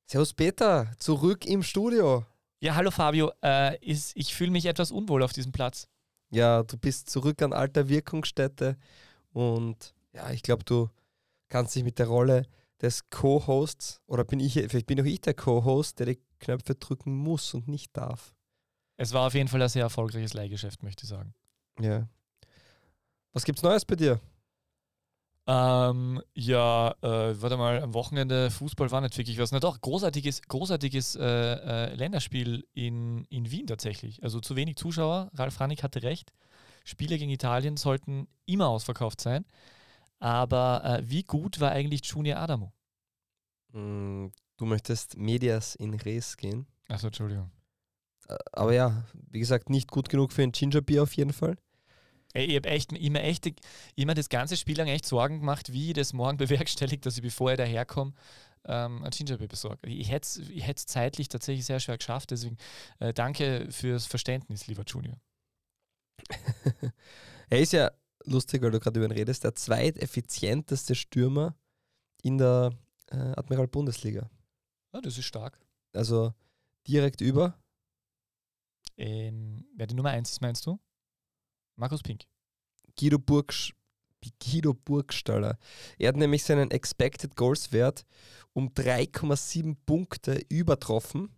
Servus Peter, zurück im Studio. Ja, hallo Fabio. Ich fühle mich etwas unwohl auf diesem Platz. Ja, du bist zurück an alter Wirkungsstätte und ja, ich glaube, du kannst dich mit der Rolle des Co-Hosts, oder vielleicht bin auch ich der Co-Host, der die Knöpfe drücken muss und nicht darf. Es war auf jeden Fall ein sehr erfolgreiches Leihgeschäft, möchte ich sagen. Ja. Was gibt's Neues bei dir? Warte mal, am Wochenende Fußball war nicht wirklich was. Na doch, großartiges Länderspiel in Wien tatsächlich. Also zu wenig Zuschauer. Ralf Rangnick hatte recht. Spiele gegen Italien sollten immer ausverkauft sein. Aber wie gut war eigentlich Junior Adamo? Du möchtest Medias in Res gehen. Achso, Entschuldigung. Aber ja, wie gesagt, nicht gut genug für ein Gingerbier auf jeden Fall. Ey, ich habe immer das ganze Spiel lang echt Sorgen gemacht, wie ich das morgen bewerkstelligt, dass ich, bevor ich daherkomme, ein Gingerbeer besorge. Ich hätte es zeitlich tatsächlich sehr schwer geschafft, deswegen danke fürs Verständnis, lieber Junior. Er ist ja, lustig, weil du gerade über ihn redest, der zweiteffizienteste Stürmer in der Admiral-Bundesliga. Ja, das ist stark. Also direkt über. Wer die Nummer 1 ist, meinst du? Markus Pink. Guido Burgstaller. Er hat nämlich seinen Expected Goals Wert um 3,7 Punkte übertroffen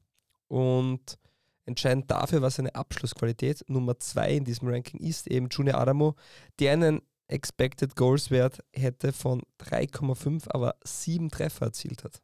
und entscheidend dafür war seine Abschlussqualität. Nummer 2 in diesem Ranking ist eben Junior Adamo, der einen Expected Goals Wert hätte von 3,5, aber 7 Treffer erzielt hat.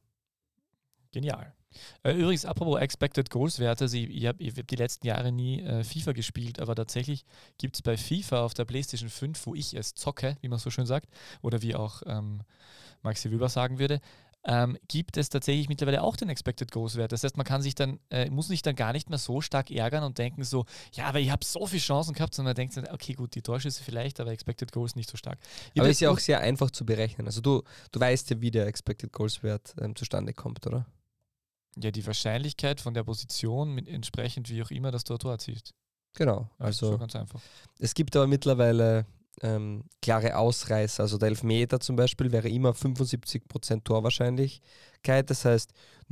Genial. Übrigens, apropos Expected Goals Werte, also ich hab die letzten Jahre nie FIFA gespielt, aber tatsächlich gibt es bei FIFA auf der PlayStation 5, wo ich es zocke, wie man so schön sagt, oder wie auch Maxi Weber sagen würde, gibt es tatsächlich mittlerweile auch den Expected Goals Wert. Das heißt, man kann sich dann, muss sich dann gar nicht mehr so stark ärgern und denken so, ja, aber ich habe so viele Chancen gehabt, sondern man denkt dann, okay, gut, die Torschüsse vielleicht, aber Expected Goals nicht so stark. Aber ist ja auch sehr einfach zu berechnen. Also du weißt ja, wie der Expected Goals Wert zustande kommt, oder? Ja, die Wahrscheinlichkeit von der Position, entsprechend wie auch immer, dass du ein Tor erzielst. Genau, Ja, also so ganz einfach. Es gibt aber mittlerweile klare Ausreißer. Also der Elfmeter zum Beispiel wäre immer 75% Torwahrscheinlichkeit, das heißt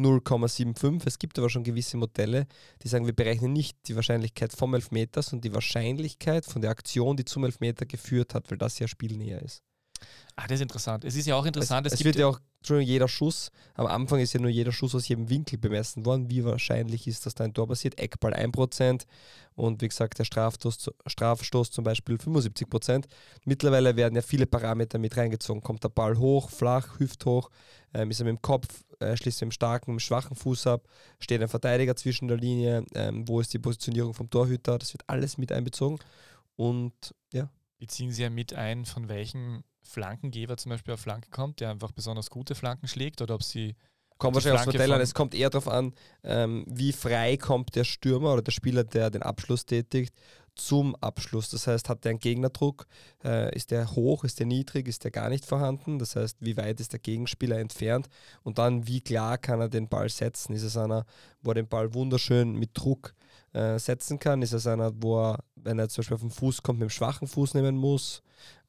0,75. Es gibt aber schon gewisse Modelle, die sagen, wir berechnen nicht die Wahrscheinlichkeit vom Elfmeter, sondern die Wahrscheinlichkeit von der Aktion, die zum Elfmeter geführt hat, weil das ja spielnäher ist. Ah, das ist interessant. Es ist ja auch interessant. Es wird ja auch schon jeder Schuss, am Anfang ist ja nur jeder Schuss aus jedem Winkel bemessen worden. Wie wahrscheinlich ist, dass da ein Tor passiert? Eckball 1% und wie gesagt, der Strafstoß zum Beispiel 75%. Mittlerweile werden ja viele Parameter mit reingezogen. Kommt der Ball hoch, flach, hüfthoch, ist er mit dem Kopf, schließt er mit dem starken, mit dem schwachen Fuß ab, steht ein Verteidiger zwischen der Linie, wo ist die Positionierung vom Torhüter? Das wird alles mit einbezogen und ja. Beziehen Sie ja mit ein, von welchem Flankengeber zum Beispiel auf Flanke kommt, der einfach besonders gute Flanken schlägt, oder ob sie... Kommt wahrscheinlich aufs Modell an. Es kommt eher darauf an, wie frei kommt der Stürmer oder der Spieler, der den Abschluss tätigt, zum Abschluss. Das heißt, hat der einen Gegnerdruck, ist der hoch, ist der niedrig, ist der gar nicht vorhanden? Das heißt, wie weit ist der Gegenspieler entfernt? Und dann, wie klar kann er den Ball setzen? Ist es einer, wo er den Ball wunderschön mit Druck setzen kann? Ist es einer, wo er, wenn er zum Beispiel auf den Fuß kommt, mit dem schwachen Fuß nehmen muss?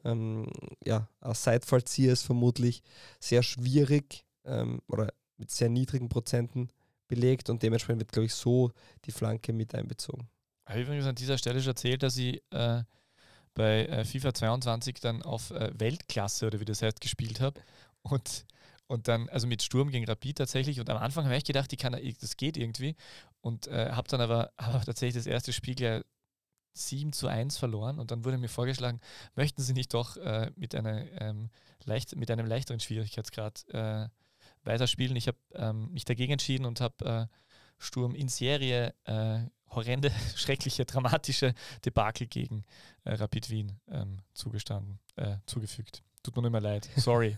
Als Seitfallzieher ist vermutlich sehr schwierig oder mit sehr niedrigen Prozenten belegt und dementsprechend wird, glaube ich, so die Flanke mit einbezogen. Ich habe übrigens an dieser Stelle schon erzählt, dass ich bei FIFA 22 dann auf Weltklasse oder wie das heißt gespielt habe und dann, also mit Sturm gegen Rapid tatsächlich, und am Anfang habe ich gedacht, das geht irgendwie und habe dann aber tatsächlich das erste Spiel gleich 7:1 verloren und dann wurde mir vorgeschlagen, möchten Sie nicht doch mit einem leichteren Schwierigkeitsgrad weiterspielen. Ich habe mich dagegen entschieden und habe Sturm in Serie horrende, schreckliche, dramatische Debakel gegen Rapid Wien zugefügt. Tut mir nicht mehr leid. Sorry.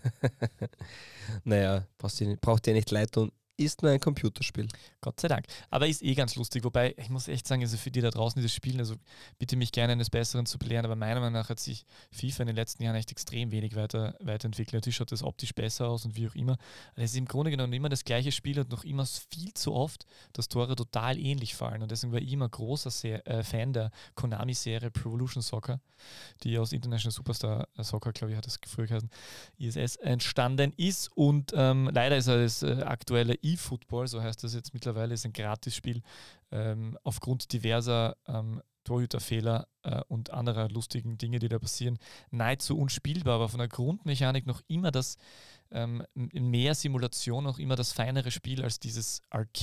Naja, braucht dir nicht leid tun. Ist nur ein Computerspiel. Gott sei Dank. Aber ist ganz lustig. Wobei, ich muss echt sagen, also für die da draußen, die das spielen, also bitte mich gerne eines Besseren zu belehren, aber meiner Meinung nach hat sich FIFA in den letzten Jahren echt extrem wenig weiterentwickelt. Natürlich schaut das optisch besser aus und wie auch immer. Aber es ist im Grunde genommen immer das gleiche Spiel und noch immer viel zu oft, dass Tore total ähnlich fallen. Und deswegen war ich immer großer Fan der Konami-Serie Pro Evolution Soccer, die aus International Superstar Soccer, glaube ich, hat das früher geheißen, ISS, entstanden ist. Und leider ist das aktuelle eFootball, so heißt das jetzt mittlerweile, ist ein Gratisspiel, aufgrund diverser Torhüterfehler und anderer lustigen Dinge, die da passieren, nahezu unspielbar, aber von der Grundmechanik noch immer das mehr Simulation, noch immer das feinere Spiel als dieses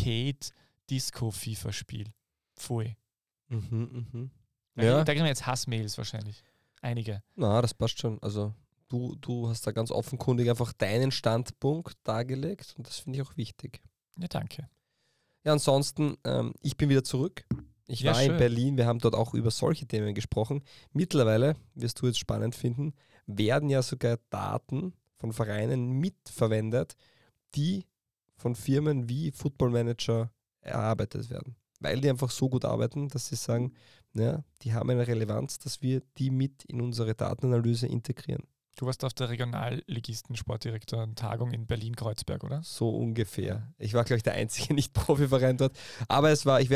Arcade-Disco-FIFA-Spiel. Pfui. Da kriegen wir jetzt Hassmails wahrscheinlich. Einige. Na, das passt schon. Also du hast da ganz offenkundig einfach deinen Standpunkt dargelegt und das finde ich auch wichtig. Ja, danke. Ja, ansonsten, ich bin wieder zurück. Ich war in Berlin, wir haben dort auch über solche Themen gesprochen. Mittlerweile, wirst du jetzt spannend finden, werden ja sogar Daten von Vereinen mitverwendet, die von Firmen wie Football Manager erarbeitet werden. Weil die einfach so gut arbeiten, dass sie sagen, ja, die haben eine Relevanz, dass wir die mit in unsere Datenanalyse integrieren. Du warst auf der Regionalligisten-Sportdirektoren-Tagung in Berlin-Kreuzberg, oder? So ungefähr. Ich war, glaube ich, der einzige Nicht-Profi-Verein dort. Aber ich habe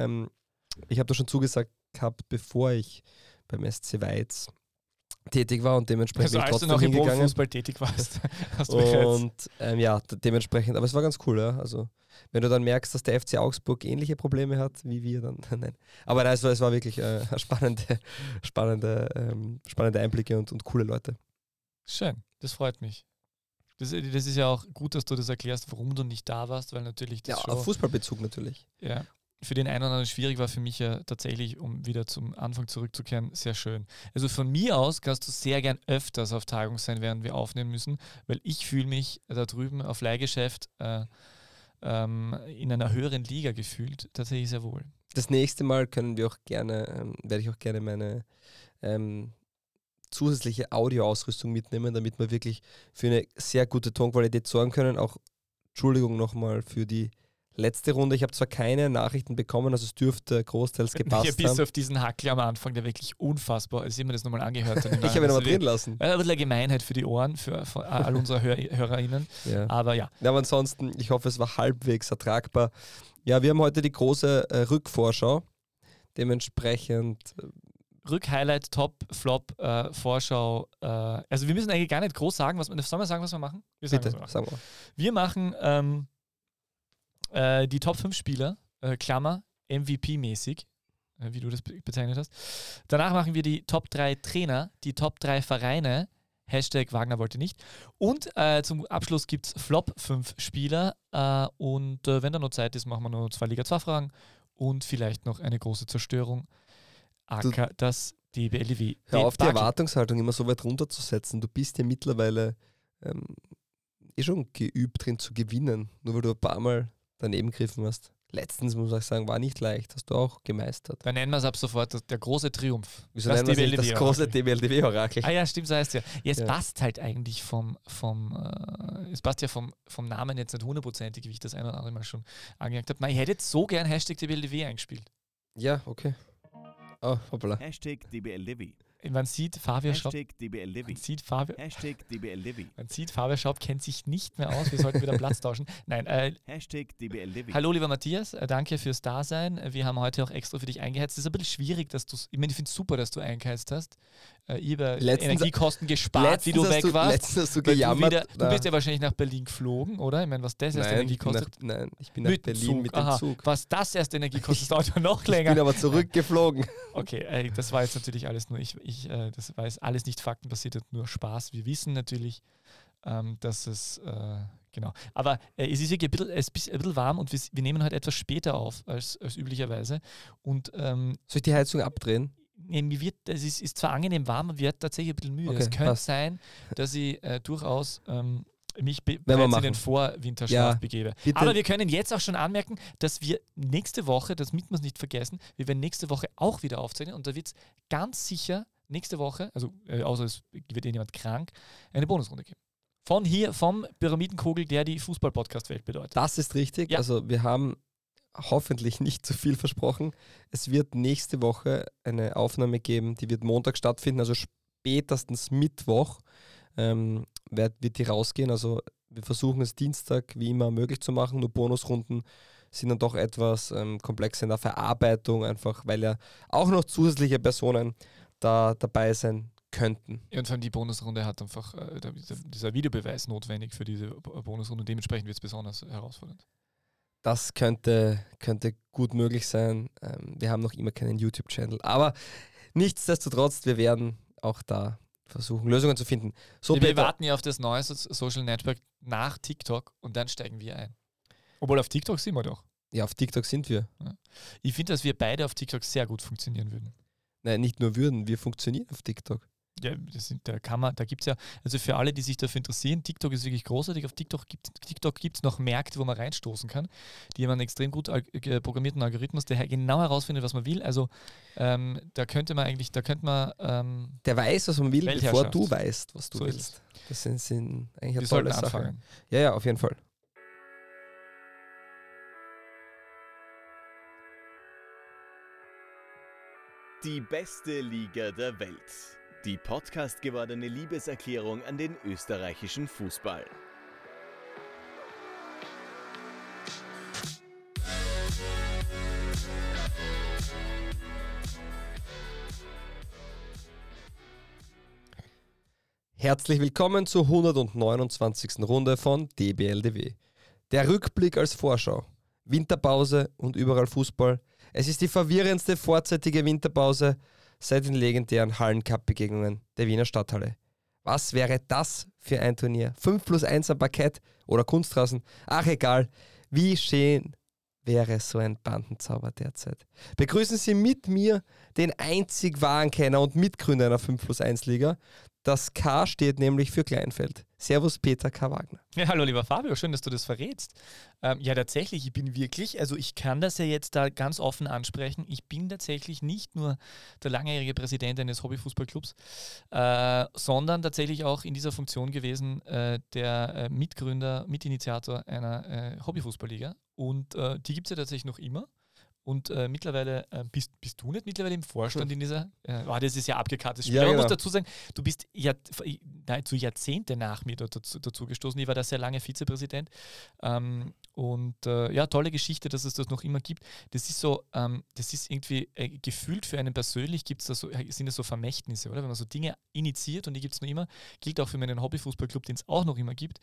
da schon zugesagt gehabt, bevor ich beim SC Weiz tätig war und dementsprechend also als du noch im Profifußball tätig warst. Hast du und dementsprechend, aber es war ganz cool, ja. Also wenn du dann merkst, dass der FC Augsburg ähnliche Probleme hat wie wir, dann nein. Aber nein, es war wirklich spannende Einblicke und coole Leute. Schön, das freut mich. Das ist ja auch gut, dass du das erklärst, warum du nicht da warst, weil natürlich das auf Fußballbezug natürlich. Ja, für den einen oder anderen schwierig war, für mich ja tatsächlich, um wieder zum Anfang zurückzukehren, sehr schön. Also von mir aus kannst du sehr gern öfters auf Tagung sein, während wir aufnehmen müssen, weil ich fühle mich da drüben auf Leihgeschäft in einer höheren Liga gefühlt, tatsächlich sehr wohl. Das nächste Mal werde ich auch gerne meine zusätzliche Audioausrüstung mitnehmen, damit wir wirklich für eine sehr gute Tonqualität sorgen können. Auch Entschuldigung nochmal für die letzte Runde. Ich habe zwar keine Nachrichten bekommen, also es dürfte großteils gepasst haben. Bis auf diesen Hackel am Anfang, der wirklich unfassbar, als ich mir das nochmal angehört habe. Ich habe ihn nochmal drin lassen. Ein bisschen Gemeinheit für die Ohren, für all unsere HörerInnen. Ja. Aber ja. Aber ansonsten, ich hoffe, es war halbwegs ertragbar. Ja, wir haben heute die große Rückvorschau. Dementsprechend Rückhighlight, Top, Flop, Vorschau. Also wir müssen eigentlich gar nicht groß sagen, sollen wir sagen, was wir machen? Bitte, sagen wir. Wir machen die Top 5 Spieler, Klammer, MVP-mäßig, wie du das bezeichnet hast. Danach machen wir die Top 3 Trainer, die Top 3 Vereine, Hashtag Wagner wollte nicht. Und zum Abschluss gibt es Flop 5 Spieler. Und wenn da noch Zeit ist, machen wir noch 2 Liga 2 Fragen und vielleicht noch eine große Zerstörung. Das DBLW. Hör auf, die Erwartungshaltung immer so weit runterzusetzen. Du bist ja mittlerweile schon geübt drin zu gewinnen, nur weil du ein paar Mal daneben gegriffen hast. Letztens, muss ich sagen, war nicht leicht. Hast du auch gemeistert. Dann nennen wir es ab sofort der große Triumph. Wieso nennen wir es nicht das große DBLDW-Orakel? Ah ja, stimmt, so heißt es ja. Es passt halt eigentlich vom Namen jetzt nicht hundertprozentig, wie ich das ein oder andere Mal schon angemerkt habe. Ich hätte jetzt so gern Hashtag DBLDW eingespielt. Ja, okay. Oh, hoppala. Hashtag DBLDW. Man sieht, Fabian Schaub. Hashtag DBLDW. Hashtag DBLDW. Man sieht, Fabian Schaub kennt sich nicht mehr aus. Wir sollten wieder Platz tauschen. Nein. Hashtag DBLDW. Hallo, lieber Matthias. Danke fürs Dasein. Wir haben heute auch extra für dich eingeheizt. Es ist ein bisschen schwierig, dass du ich finde es super, dass du eingeheizt hast. Ich habe Energiekosten gespart, wie du weg warst. Letztens hast du gejammert. Du bist ja wahrscheinlich nach Berlin geflogen, oder? Ich meine, was das erst Energie kostet. Ich bin nach Berlin mit dem Zug. Was das erst Energie kostet, dauert noch länger. Ich bin aber zurückgeflogen. Okay, das war jetzt natürlich alles nur das war jetzt alles nicht faktenbasiert und nur Spaß. Wir wissen natürlich, dass es, genau. Aber es ist wirklich ein bisschen warm und wir nehmen heute etwas später auf als üblicherweise. Und, soll ich die Heizung abdrehen? Es ist zwar angenehm warm, aber wir hatten tatsächlich ein bisschen müde. Okay, es könnte sein, dass ich durchaus mich bereits in den Vorwinterschlaf begebe. Bitte. Aber wir können jetzt auch schon anmerken, dass wir nächste Woche, das müssen wir nicht vergessen, wir werden nächste Woche auch wieder aufzeichnen und da wird es ganz sicher nächste Woche, also außer es wird jemand krank, eine Bonusrunde geben. Vom Pyramidenkogel, der die Fußball-Podcast-Welt bedeutet. Das ist richtig. Ja. Also wir haben hoffentlich nicht zu viel versprochen. Es wird nächste Woche eine Aufnahme geben, die wird Montag stattfinden, also spätestens Mittwoch wird die rausgehen. Also wir versuchen es Dienstag wie immer möglich zu machen, nur Bonusrunden sind dann doch etwas komplexer in der Verarbeitung, einfach weil ja auch noch zusätzliche Personen da dabei sein könnten. Ja, und vor allem die Bonusrunde hat einfach dieser Videobeweis notwendig für diese Bonusrunde und dementsprechend wird es besonders herausfordernd. Das könnte gut möglich sein. Wir haben noch immer keinen YouTube-Channel. Aber nichtsdestotrotz, wir werden auch da versuchen, Lösungen zu finden. So, wir warten ja auf das neue Social Network nach TikTok und dann steigen wir ein. Obwohl auf TikTok sind wir doch. Ja, auf TikTok sind wir. Ja. Ich finde, dass wir beide auf TikTok sehr gut funktionieren würden. Nein, nicht nur würden, wir funktionieren auf TikTok. Ja, da gibt es ja, also für alle, die sich dafür interessieren, TikTok ist wirklich großartig. Auf TikTok gibt es noch Märkte, wo man reinstoßen kann. Die haben einen extrem gut programmierten Algorithmus, der genau herausfindet, was man will. Also da könnte man der weiß, was man will, bevor du weißt, was du willst. Das sind eigentlich eine tolle Sachen. Ja, auf jeden Fall. Die beste Liga der Welt. Die Podcast gewordene Liebeserklärung an den österreichischen Fußball. Herzlich willkommen zur 129. Runde von DBLDW. Der Rückblick als Vorschau. Winterpause und überall Fußball. Es ist die verwirrendste vorzeitige Winterpause seit den legendären Hallencup-Begegnungen der Wiener Stadthalle. Was wäre das für ein Turnier? 5+1 am Parkett oder Kunstrasen? Ach egal, wie schön wäre so ein Bandenzauber derzeit. Begrüßen Sie mit mir den einzig wahren Kenner und Mitgründer einer 5+1-Liga. Das K steht nämlich für Kleinfeld. Servus Peter K. Wagner. Ja, hallo lieber Fabio, schön, dass du das verrätst. Ja, tatsächlich, ich bin wirklich, also ich kann das ja jetzt da ganz offen ansprechen, ich bin tatsächlich nicht nur der langjährige Präsident eines Hobbyfußballclubs, sondern tatsächlich auch in dieser Funktion gewesen, der Mitgründer, Mitinitiator einer Hobbyfußballliga. Und die gibt es ja tatsächlich noch immer. Und mittlerweile, bist du nicht mittlerweile im Vorstand in dieser, das ist ja abgekartetes Spiel, ja, aber genau. Ich muss dazu sagen, du bist nahezu Jahrzehnte nach mir dazu gestoßen, ich war da sehr lange Vizepräsident tolle Geschichte, dass es das noch immer gibt. Das ist so, das ist irgendwie gefühlt für einen persönlich sind das so Vermächtnisse, oder? Wenn man so Dinge initiiert und die gibt es noch immer, gilt auch für meinen Hobbyfußballclub, den es auch noch immer gibt.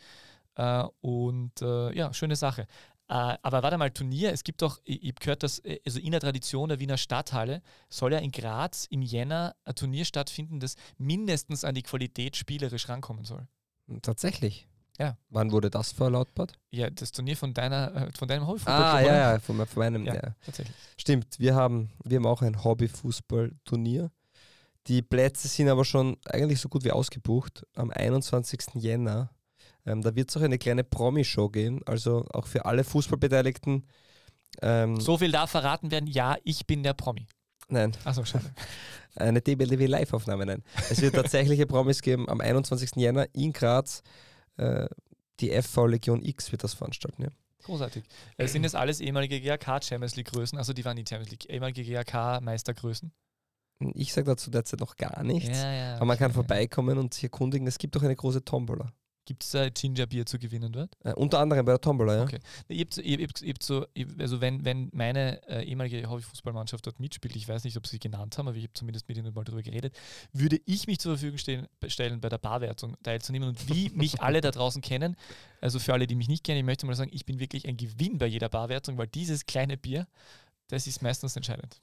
Schöne Sache. Aber warte mal, Turnier, es gibt doch, ich habe gehört, dass also in der Tradition der Wiener Stadthalle soll ja in Graz im Jänner ein Turnier stattfinden, das mindestens an die Qualität spielerisch rankommen soll. Tatsächlich? Ja. Wann wurde das verlautbart? Ja, das Turnier von deinem Hobbyfußballclub. Ja, von meinem. Ja, tatsächlich. Stimmt, wir haben auch ein Hobbyfußballturnier. Die Plätze sind aber schon eigentlich so gut wie ausgebucht. Am 21. Jänner. Da wird es auch eine kleine Promi-Show geben, also auch für alle Fußballbeteiligten. So viel darf verraten werden, ja, ich bin der Promi. Nein. Achso, schade. Eine DBLDW Live-Aufnahme, nein. Es wird tatsächliche Promis geben am 21. Jänner in Graz. Die FV Legion X wird das veranstalten, ja. Großartig. Sind das alles ehemalige GAK Champions League Größen, also die waren die Champions League, ehemalige GAK Meistergrößen? Ich sage dazu derzeit noch gar nichts, ja, aber man kann vorbeikommen und sich erkundigen. Es gibt auch eine große Tombola. Gibt es da Gingerbier zu gewinnen dort? Unter anderem bei der Tombola, ja. Okay. Also wenn meine ehemalige Hobbyfußballmannschaft dort mitspielt, ich weiß nicht, ob sie genannt haben, aber ich habe zumindest mit ihnen mal darüber geredet, würde ich mich zur Verfügung stellen, bei der Barwertung teilzunehmen. Und wie mich alle da draußen kennen, also für alle, die mich nicht kennen, ich möchte mal sagen, ich bin wirklich ein Gewinn bei jeder Barwertung, weil dieses kleine Bier, das ist meistens entscheidend.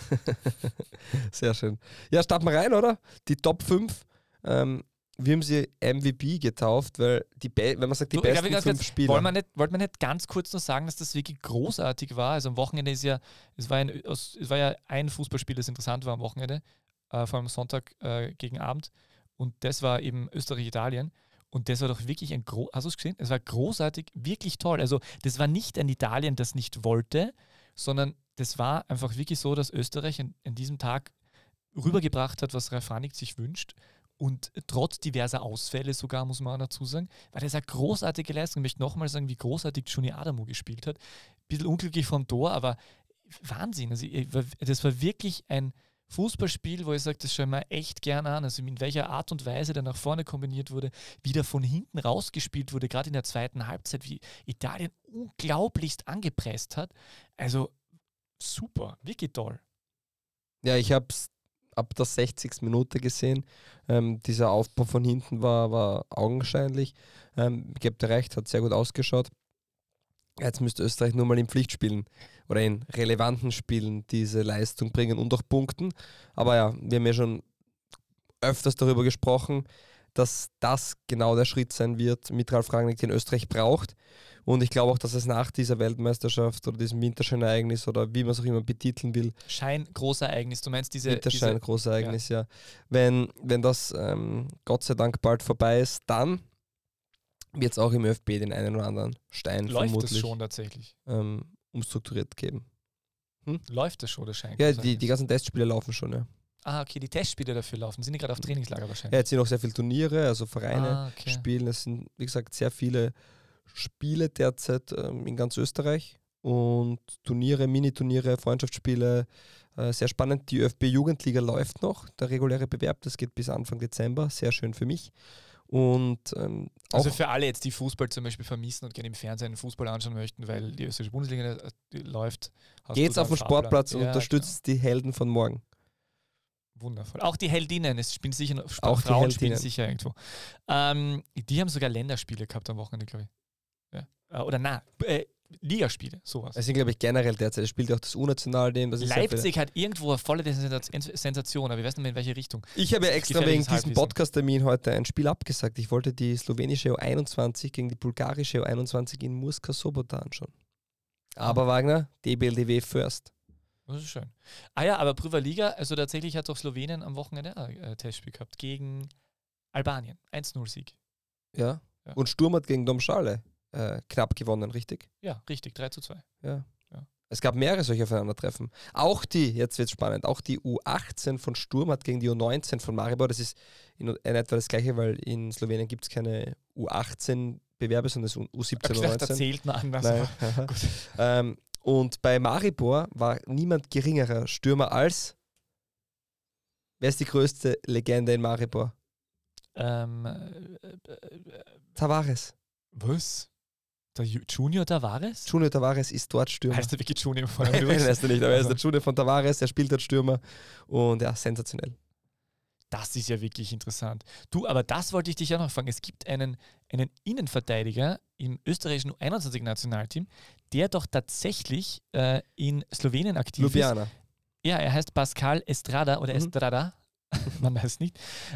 Sehr schön. Ja, starten wir rein, oder? Die Top 5. Wir haben sie MVP getauft, weil wenn man sagt, die besten 5 Spieler. Wollte man nicht ganz kurz noch sagen, dass das wirklich großartig war? Also am Wochenende es war ja ein Fußballspiel, das interessant war am Wochenende, vor allem Sonntag gegen Abend. Und das war eben Österreich-Italien. Und das war doch wirklich hast du es gesehen? Es war großartig, wirklich toll. Also das war nicht ein Italien, das nicht wollte, sondern das war einfach wirklich so, dass Österreich an diesem Tag rübergebracht hat, was Ralf Rangnick sich wünscht. Und trotz diverser Ausfälle sogar, muss man auch dazu sagen, war das eine großartige Leistung. Ich möchte nochmal sagen, wie großartig Juni Adamo gespielt hat. Ein bisschen unglücklich vom Tor, aber Wahnsinn. Also das war wirklich ein Fußballspiel, wo ich sage, das schaue ich mir echt gern an. Also in welcher Art und Weise der nach vorne kombiniert wurde, wie der von hinten rausgespielt wurde, gerade in der zweiten Halbzeit, wie Italien unglaublichst angepresst hat. Also super, wirklich toll. Ja, ich habe es ab der 60. Minute gesehen. Dieser Aufbau von hinten war augenscheinlich. Ich gebe dir recht, hat sehr gut ausgeschaut. Jetzt müsste Österreich nur mal in Pflichtspielen oder in relevanten Spielen diese Leistung bringen und auch punkten. Aber ja, wir haben ja schon öfters darüber gesprochen, dass das genau der Schritt sein wird mit Ralf Rangnick, den Österreich braucht. Und ich glaube auch, dass es nach dieser Weltmeisterschaft oder diesem Winterscheinereignis oder wie man es auch immer betiteln will. Großereignis, du meinst diese... Winterschein-Großereignis, ja. Wenn das Gott sei Dank bald vorbei ist, dann wird es auch im ÖFB den einen oder anderen Stein läuft vermutlich das schon tatsächlich? Umstrukturiert geben. Läuft das schon, der Schein? Ja, die ganzen Testspiele laufen schon, ja. Ah, okay, die Testspiele dafür laufen. Sind die gerade auf Trainingslager wahrscheinlich? Ja, jetzt sind noch sehr viele Turniere, also Vereine okay. spielen. Es sind, wie gesagt, sehr viele Spiele derzeit in ganz Österreich und Turniere, Mini-Turniere, Freundschaftsspiele. Sehr spannend. Die ÖFB-Jugendliga läuft noch, der reguläre Bewerb, das geht bis Anfang Dezember. Sehr schön für mich. Und also für alle jetzt, die Fußball zum Beispiel vermissen und gerne im Fernsehen Fußball anschauen möchten, weil die österreichische Bundesliga läuft. Geht's auf den Sportplatz und unterstützt die Helden von morgen. Wundervoll. Auch die Heldinnen, es spielen sicher auch Frauen spielen sicher irgendwo. Die haben sogar Länderspiele gehabt am Wochenende, glaube ich. Ja. Oder Ligaspiele, sowas. Es sind, glaube ich, generell derzeit. Es spielt ja auch das U-Nationalteam. Leipzig hat irgendwo eine volle Sensation, aber ich weiß nicht mehr in welche Richtung. Ich habe ja extra wegen diesem Podcast-Termin heute ein Spiel abgesagt. Ich wollte die slowenische U21 gegen die bulgarische U21 in Murska Sobota anschauen. Aber Wagner, DBLDW first. Das ist schön. Ah ja, aber Prva Liga, also tatsächlich hat auch Slowenien am Wochenende ein Testspiel gehabt gegen Albanien. 1-0-Sieg. Ja. Und Sturm hat gegen Domschale knapp gewonnen, richtig? Ja, richtig, 3-2. Ja. Es gab mehrere solche Aufeinandertreffen. Auch jetzt wird es spannend, auch die U18 von Sturm hat gegen die U19 von Maribor, das ist in etwa das gleiche, weil in Slowenien gibt es keine U18-Bewerbe, sondern es ist U17, U19. Das zählt noch anders. Und bei Maribor war niemand geringerer Stürmer als... Wer ist die größte Legende in Maribor? Tavares. Was? Der Junior Tavares? Junior Tavares ist dort Stürmer. Heißt der wirklich Junior? Nein, weißt du nicht, aber er ist der Junior von Tavares, er spielt dort Stürmer und ja, sensationell. Das ist ja wirklich interessant. Du, aber das wollte ich dich ja noch fragen. Es gibt einen Innenverteidiger im österreichischen U21-Nationalteam, der doch tatsächlich in Slowenien aktiv Ljubljana. ist. Ja, er heißt Pascal Estrada oder Estrada. Man weiß es nicht.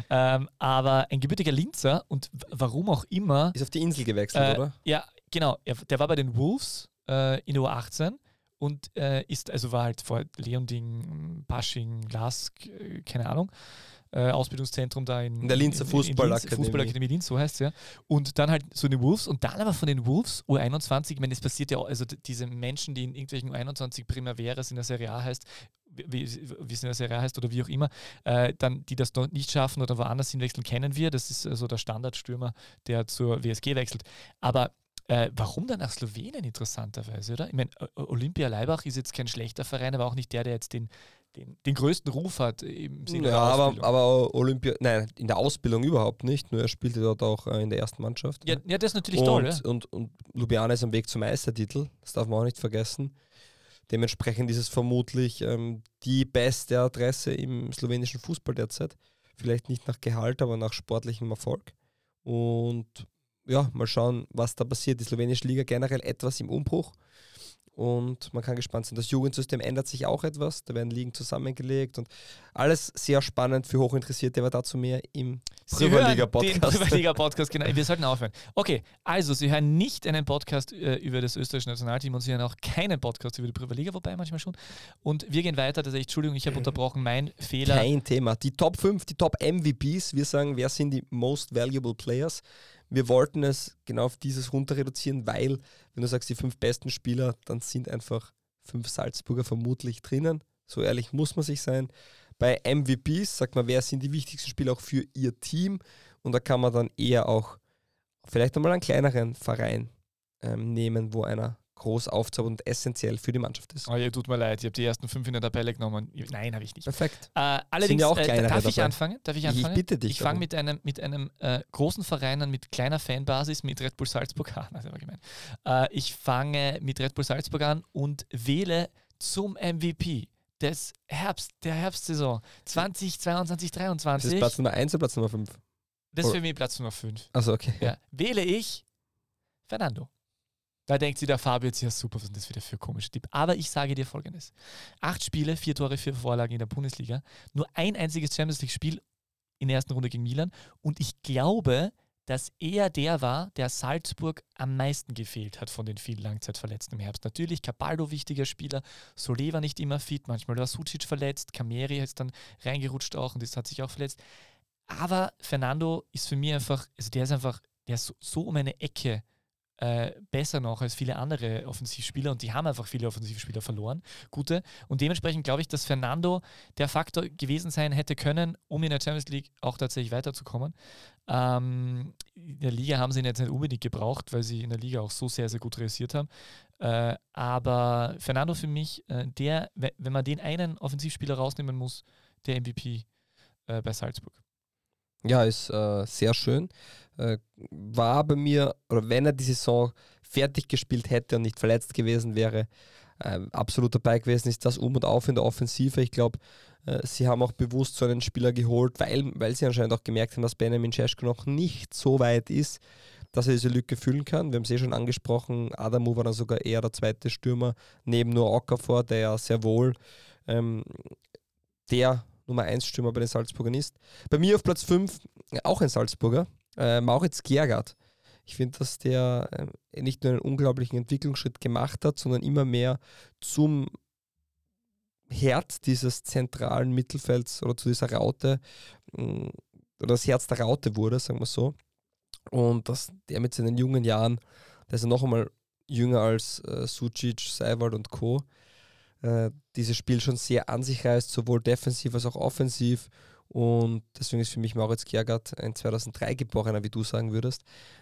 Aber ein gebürtiger Linzer und warum auch immer. Ist auf die Insel gewechselt, oder? Ja, genau. Der war bei den Wolves in der U18 und war halt vor Leonding, Pasching, Lask, keine Ahnung. Ausbildungszentrum da in der Linzer Fußballakademie Linz, so heißt es ja. Und dann halt so die Wolves und dann aber von den Wolves U21, ich meine, es passiert ja auch, also diese Menschen, die in irgendwelchen U21 Primaveras in der Serie A heißt, wie es in der Serie A heißt oder wie auch immer, dann die das dort nicht schaffen oder woanders hinwechseln, kennen wir. Das ist so also der Standardstürmer, der zur WSG wechselt. Aber warum dann nach Slowenien interessanterweise, oder? Ich meine, Olympia Leibach ist jetzt kein schlechter Verein, aber auch nicht der jetzt den größten Ruf hat im Sinne der Ausbildung. aber Olympia, nein, in der Ausbildung überhaupt nicht, nur er spielte dort auch in der ersten Mannschaft. Ja, das ist natürlich toll. Ja. Und Ljubljana ist am Weg zum Meistertitel, das darf man auch nicht vergessen. Dementsprechend ist es vermutlich die beste Adresse im slowenischen Fußball derzeit. Vielleicht nicht nach Gehalt, aber nach sportlichem Erfolg. Und ja, mal schauen, was da passiert. Die slowenische Liga generell etwas im Umbruch. Und man kann gespannt sein. Das Jugendsystem ändert sich auch etwas. Da werden Ligen zusammengelegt und alles sehr spannend für Hochinteressierte, aber dazu mehr im Prüverliga-Podcast. Prüverliga-Podcast, genau. Wir sollten aufhören. Okay, also Sie hören nicht einen Podcast über das österreichische Nationalteam und Sie hören auch keinen Podcast über die Prüverliga, wobei manchmal schon. Und wir gehen weiter. Also Entschuldigung, ich habe unterbrochen, mein Fehler. Kein Thema. Die Top 5, die Top MVPs. Wir sagen, wer sind die Most Valuable Players? Wir wollten es genau auf dieses runter reduzieren, weil, wenn du sagst, die 5 besten Spieler, dann sind einfach 5 Salzburger vermutlich drinnen. So ehrlich muss man sich sein. Bei MVPs sagt man, wer sind die wichtigsten Spieler auch für ihr Team? Und da kann man dann eher auch vielleicht einmal einen kleineren Verein nehmen, wo einer groß aufzaubert und essentiell für die Mannschaft ist. Oh, ja, tut mir leid, ich habe die ersten 5 in der Tabelle genommen. Nein, habe ich nicht. Perfekt. Allerdings, ja auch darf ich anfangen? Ich bitte dich. Ich fange mit einem großen Verein an, mit kleiner Fanbasis, mit Red Bull Salzburg an. Das war gemein. Ich fange mit Red Bull Salzburg an und wähle zum MVP der Herbstsaison 2022, Ist 2023. das Platz Nummer 1 oder Platz Nummer 5? Das ist für mich Platz Nummer 5. Also okay. Ja. Wähle ich Fernando. Da denkt sich der Fabio jetzt, ja super, was ist denn das wieder für ein komischer Tipp. Aber ich sage dir Folgendes. 8 Spiele, 4 Tore, 4 Vorlagen in der Bundesliga. Nur ein einziges Champions League-Spiel in der ersten Runde gegen Milan. Und ich glaube, dass er der war, der Salzburg am meisten gefehlt hat von den vielen Langzeitverletzten im Herbst. Natürlich, Cabaldo wichtiger Spieler, Solé war nicht immer fit, manchmal war Sucic verletzt, Kameri ist dann reingerutscht auch und das hat sich auch verletzt. Aber Fernando ist für mich einfach, also der ist so um eine Ecke besser noch als viele andere Offensivspieler und die haben einfach viele Offensivspieler verloren, gute. Und dementsprechend glaube ich, dass Fernando der Faktor gewesen sein hätte können, um in der Champions League auch tatsächlich weiterzukommen. In der Liga haben sie ihn jetzt nicht unbedingt gebraucht, weil sie in der Liga auch so sehr, sehr gut realisiert haben. Aber Fernando für mich, wenn man den einen Offensivspieler rausnehmen muss, der MVP bei Salzburg. Ja, ist sehr schön. War bei mir, oder wenn er die Saison fertig gespielt hätte und nicht verletzt gewesen wäre, absolut dabei gewesen, ist das Um und Auf in der Offensive. Ich glaube, sie haben auch bewusst so einen Spieler geholt, weil sie anscheinend auch gemerkt haben, dass Benjamin Šeško noch nicht so weit ist, dass er diese Lücke füllen kann. Wir haben es schon angesprochen, Adamu war dann sogar eher der zweite Stürmer, neben nur Okafor, der ja sehr wohl der Nummer 1 Stürmer bei den Salzburgern ist. Bei mir auf Platz 5 auch ein Salzburger, Maurits Kjærgaard. Ich finde, dass der nicht nur einen unglaublichen Entwicklungsschritt gemacht hat, sondern immer mehr zum Herz dieses zentralen Mittelfelds oder zu dieser Raute oder das Herz der Raute wurde, sagen wir so. Und dass der mit seinen jungen Jahren, der ist ja noch einmal jünger als Sucic, Seiwald und Co., dieses Spiel schon sehr an sich reißt, sowohl defensiv als auch offensiv. Und deswegen ist für mich Maurits Kjærgaard ein 2003 geborener, wie du sagen würdest,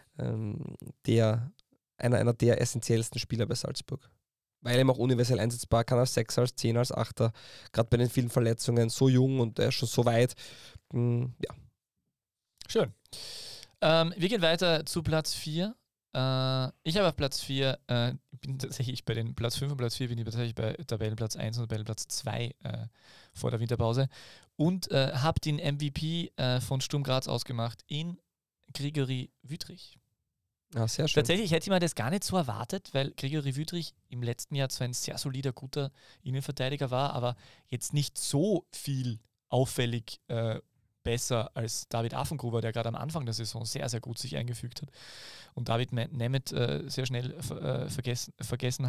einer der essentiellsten Spieler bei Salzburg. Weil er auch universell einsetzbar kann als Sechser, als Zehner, als Achter, gerade bei den vielen Verletzungen, so jung und er ist schon so weit. Ja. Schön. Wir gehen weiter zu Platz 4. Ich habe auf Platz 4, bin tatsächlich bei den Platz 5 und Platz 4 bin ich tatsächlich bei Tabellenplatz 1 und Tabellenplatz 2 vor der Winterpause und habe den MVP von Sturm Graz ausgemacht in Grigori Wüthrich. Ja, sehr schön. Tatsächlich hätte ich mir das gar nicht so erwartet, weil Grigori Wüthrich im letzten Jahr zwar ein sehr solider, guter Innenverteidiger war, aber jetzt nicht so viel auffällig besser als David Affengruber, der gerade am Anfang der Saison sehr, sehr gut sich eingefügt hat und David Nemeth sehr schnell vergessen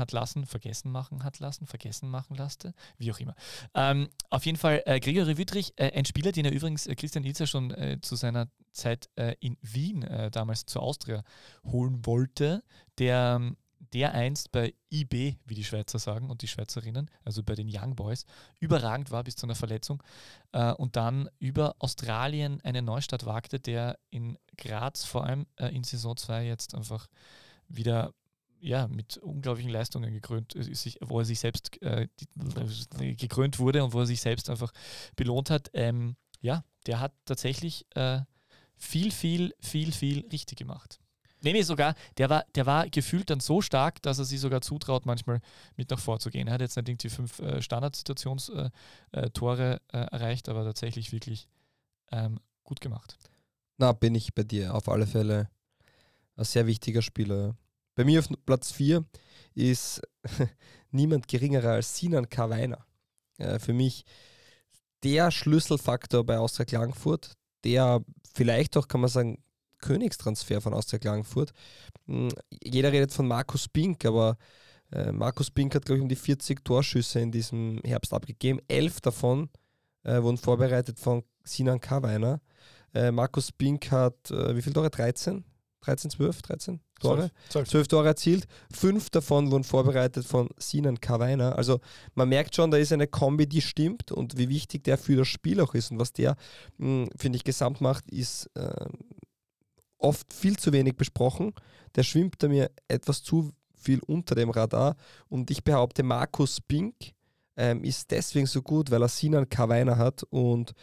machen lassen, wie auch immer. Auf jeden Fall Grigori Wüthrich, ein Spieler, den er übrigens Christian Ilzer schon zu seiner Zeit in Wien damals zur Austria holen wollte, der einst bei IB, wie die Schweizer sagen und die Schweizerinnen, also bei den Young Boys, überragend war bis zu einer Verletzung und dann über Australien einen Neustart wagte, der in Graz vor allem in Saison 2 jetzt einfach wieder mit unglaublichen Leistungen gekrönt ist, wo er sich selbst gekrönt wurde und wo er sich selbst einfach belohnt hat. Der hat tatsächlich viel richtig gemacht. Nämlich sogar, der war gefühlt dann so stark, dass er sich sogar zutraut, manchmal mit nach vorzugehen. Er hat jetzt nicht irgendwie 5 Standardsituationstore erreicht, aber tatsächlich wirklich gut gemacht. Na, bin ich bei dir. Auf alle Fälle ein sehr wichtiger Spieler. Bei mir auf Platz 4 ist niemand geringerer als Sinan Cawainer. Für mich der Schlüsselfaktor bei Austria Klagenfurt, der vielleicht auch, kann man sagen, Königstransfer von Austria Klagenfurt. Jeder redet von Markus Pink, aber Markus Pink hat, glaube ich, um die 40 Torschüsse in diesem Herbst abgegeben. 11 davon wurden vorbereitet von Sinan Cawainer. Markus Pink hat, wie viele Tore? 13 Tore? 12 Tore erzielt. 5 davon wurden vorbereitet von Sinan Cawainer. Also man merkt schon, da ist eine Kombi, die stimmt und wie wichtig der für das Spiel auch ist und was der, finde ich, gesamt macht, ist oft viel zu wenig besprochen. Der schwimmt da mir etwas zu viel unter dem Radar und ich behaupte, Markus Pink ist deswegen so gut, weil er Sinan Cawainer hat und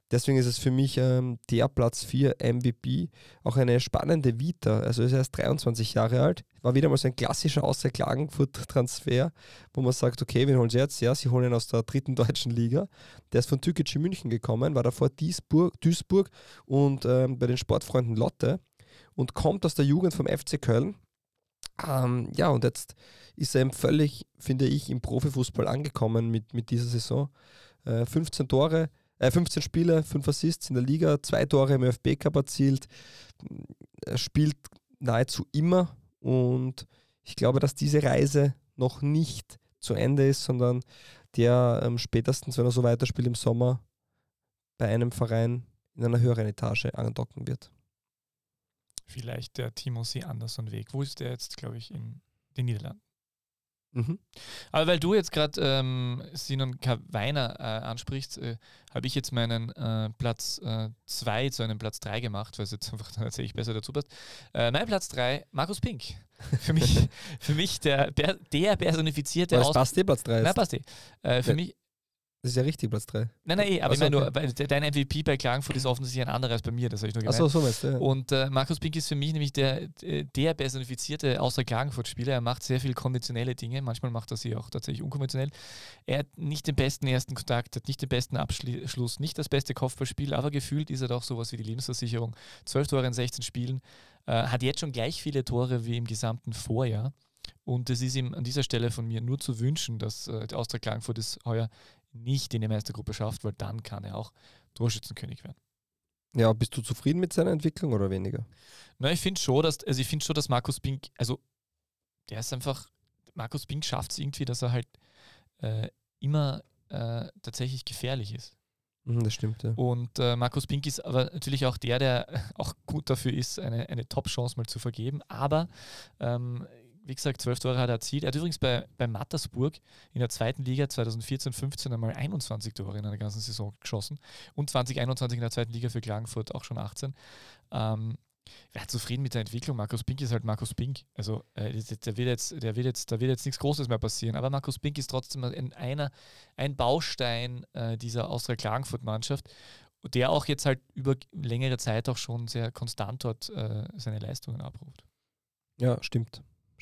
Deswegen ist es für mich der Platz 4 MVP, auch eine spannende Vita. Also ist er erst 23 Jahre alt, war wieder mal so ein klassischer Austria Klagenfurt-Transfer, wo man sagt, okay, wen holen sie jetzt? Ja, sie holen ihn aus der 3. deutschen Liga. Der ist von Türkgücü München gekommen, war davor Duisburg und bei den Sportfreunden Lotte und kommt aus der Jugend vom FC Köln. Ja, und jetzt ist er eben völlig, finde ich, im Profifußball angekommen mit dieser Saison. 15 Tore, 15 Spiele, 5 Assists in der Liga, 2 Tore im ÖFB-Cup erzielt. Er spielt nahezu immer und ich glaube, dass diese Reise noch nicht zu Ende ist, sondern der spätestens, wenn er so weiterspielt im Sommer, bei einem Verein in einer höheren Etage andocken wird. Vielleicht der Timothy Anderson Weg. Wo ist der jetzt, glaube ich, in den Niederlanden? Mhm. Aber weil du jetzt gerade Sinon Weiner ansprichst, habe ich jetzt meinen Platz 2 zu einem Platz 3 gemacht, weil es jetzt einfach tatsächlich besser dazu passt. Mein Platz 3, Markus Pink. Für mich der personifizierte... Aber das passt Platz 3 ist. Nein, passt für mich... Das ist ja richtig, Platz 3. Nein, aber ich so, meine nur, okay. dein MVP bei Klagenfurt ist offensichtlich ein anderer als bei mir, das habe ich nur gemeint. Achso, so meinst du, ja. Und Markus Pink ist für mich nämlich der personifizierte Austria Klagenfurt-Spieler. Er macht sehr viel konventionelle Dinge, manchmal macht er sie auch tatsächlich unkonventionell. Er hat nicht den besten ersten Kontakt, hat nicht den besten Abschluss, nicht das beste Kopfballspiel, aber gefühlt ist er doch sowas wie die Lebensversicherung. 12 Tore in 16 Spielen, hat jetzt schon gleich viele Tore wie im gesamten Vorjahr. Und es ist ihm an dieser Stelle von mir nur zu wünschen, dass der Austria Klagenfurt es heuer nicht in die Meistergruppe schafft, weil dann kann er auch Torschützenkönig werden. Ja, bist du zufrieden mit seiner Entwicklung oder weniger? Na, ich finde schon, dass Markus Pink, also der ist einfach, Markus Pink schafft es irgendwie, dass er halt immer tatsächlich gefährlich ist. Das stimmt, ja. Und Markus Pink ist aber natürlich auch der auch gut dafür ist, eine Top-Chance mal zu vergeben. Aber wie gesagt, 12 Tore hat er erzielt. Er hat übrigens bei Mattersburg in der 2. Liga 2014-15 einmal 21 Tore in einer ganzen Saison geschossen und 2021 in der 2. Liga für Klagenfurt auch schon 18. Wer zufrieden mit der Entwicklung? Markus Pink ist halt Markus Pink. Also da wird jetzt nichts Großes mehr passieren. Aber Markus Pink ist trotzdem ein Baustein dieser Austria Klagenfurt-Mannschaft, der auch jetzt halt über längere Zeit auch schon sehr konstant dort seine Leistungen abruft. Ja, stimmt.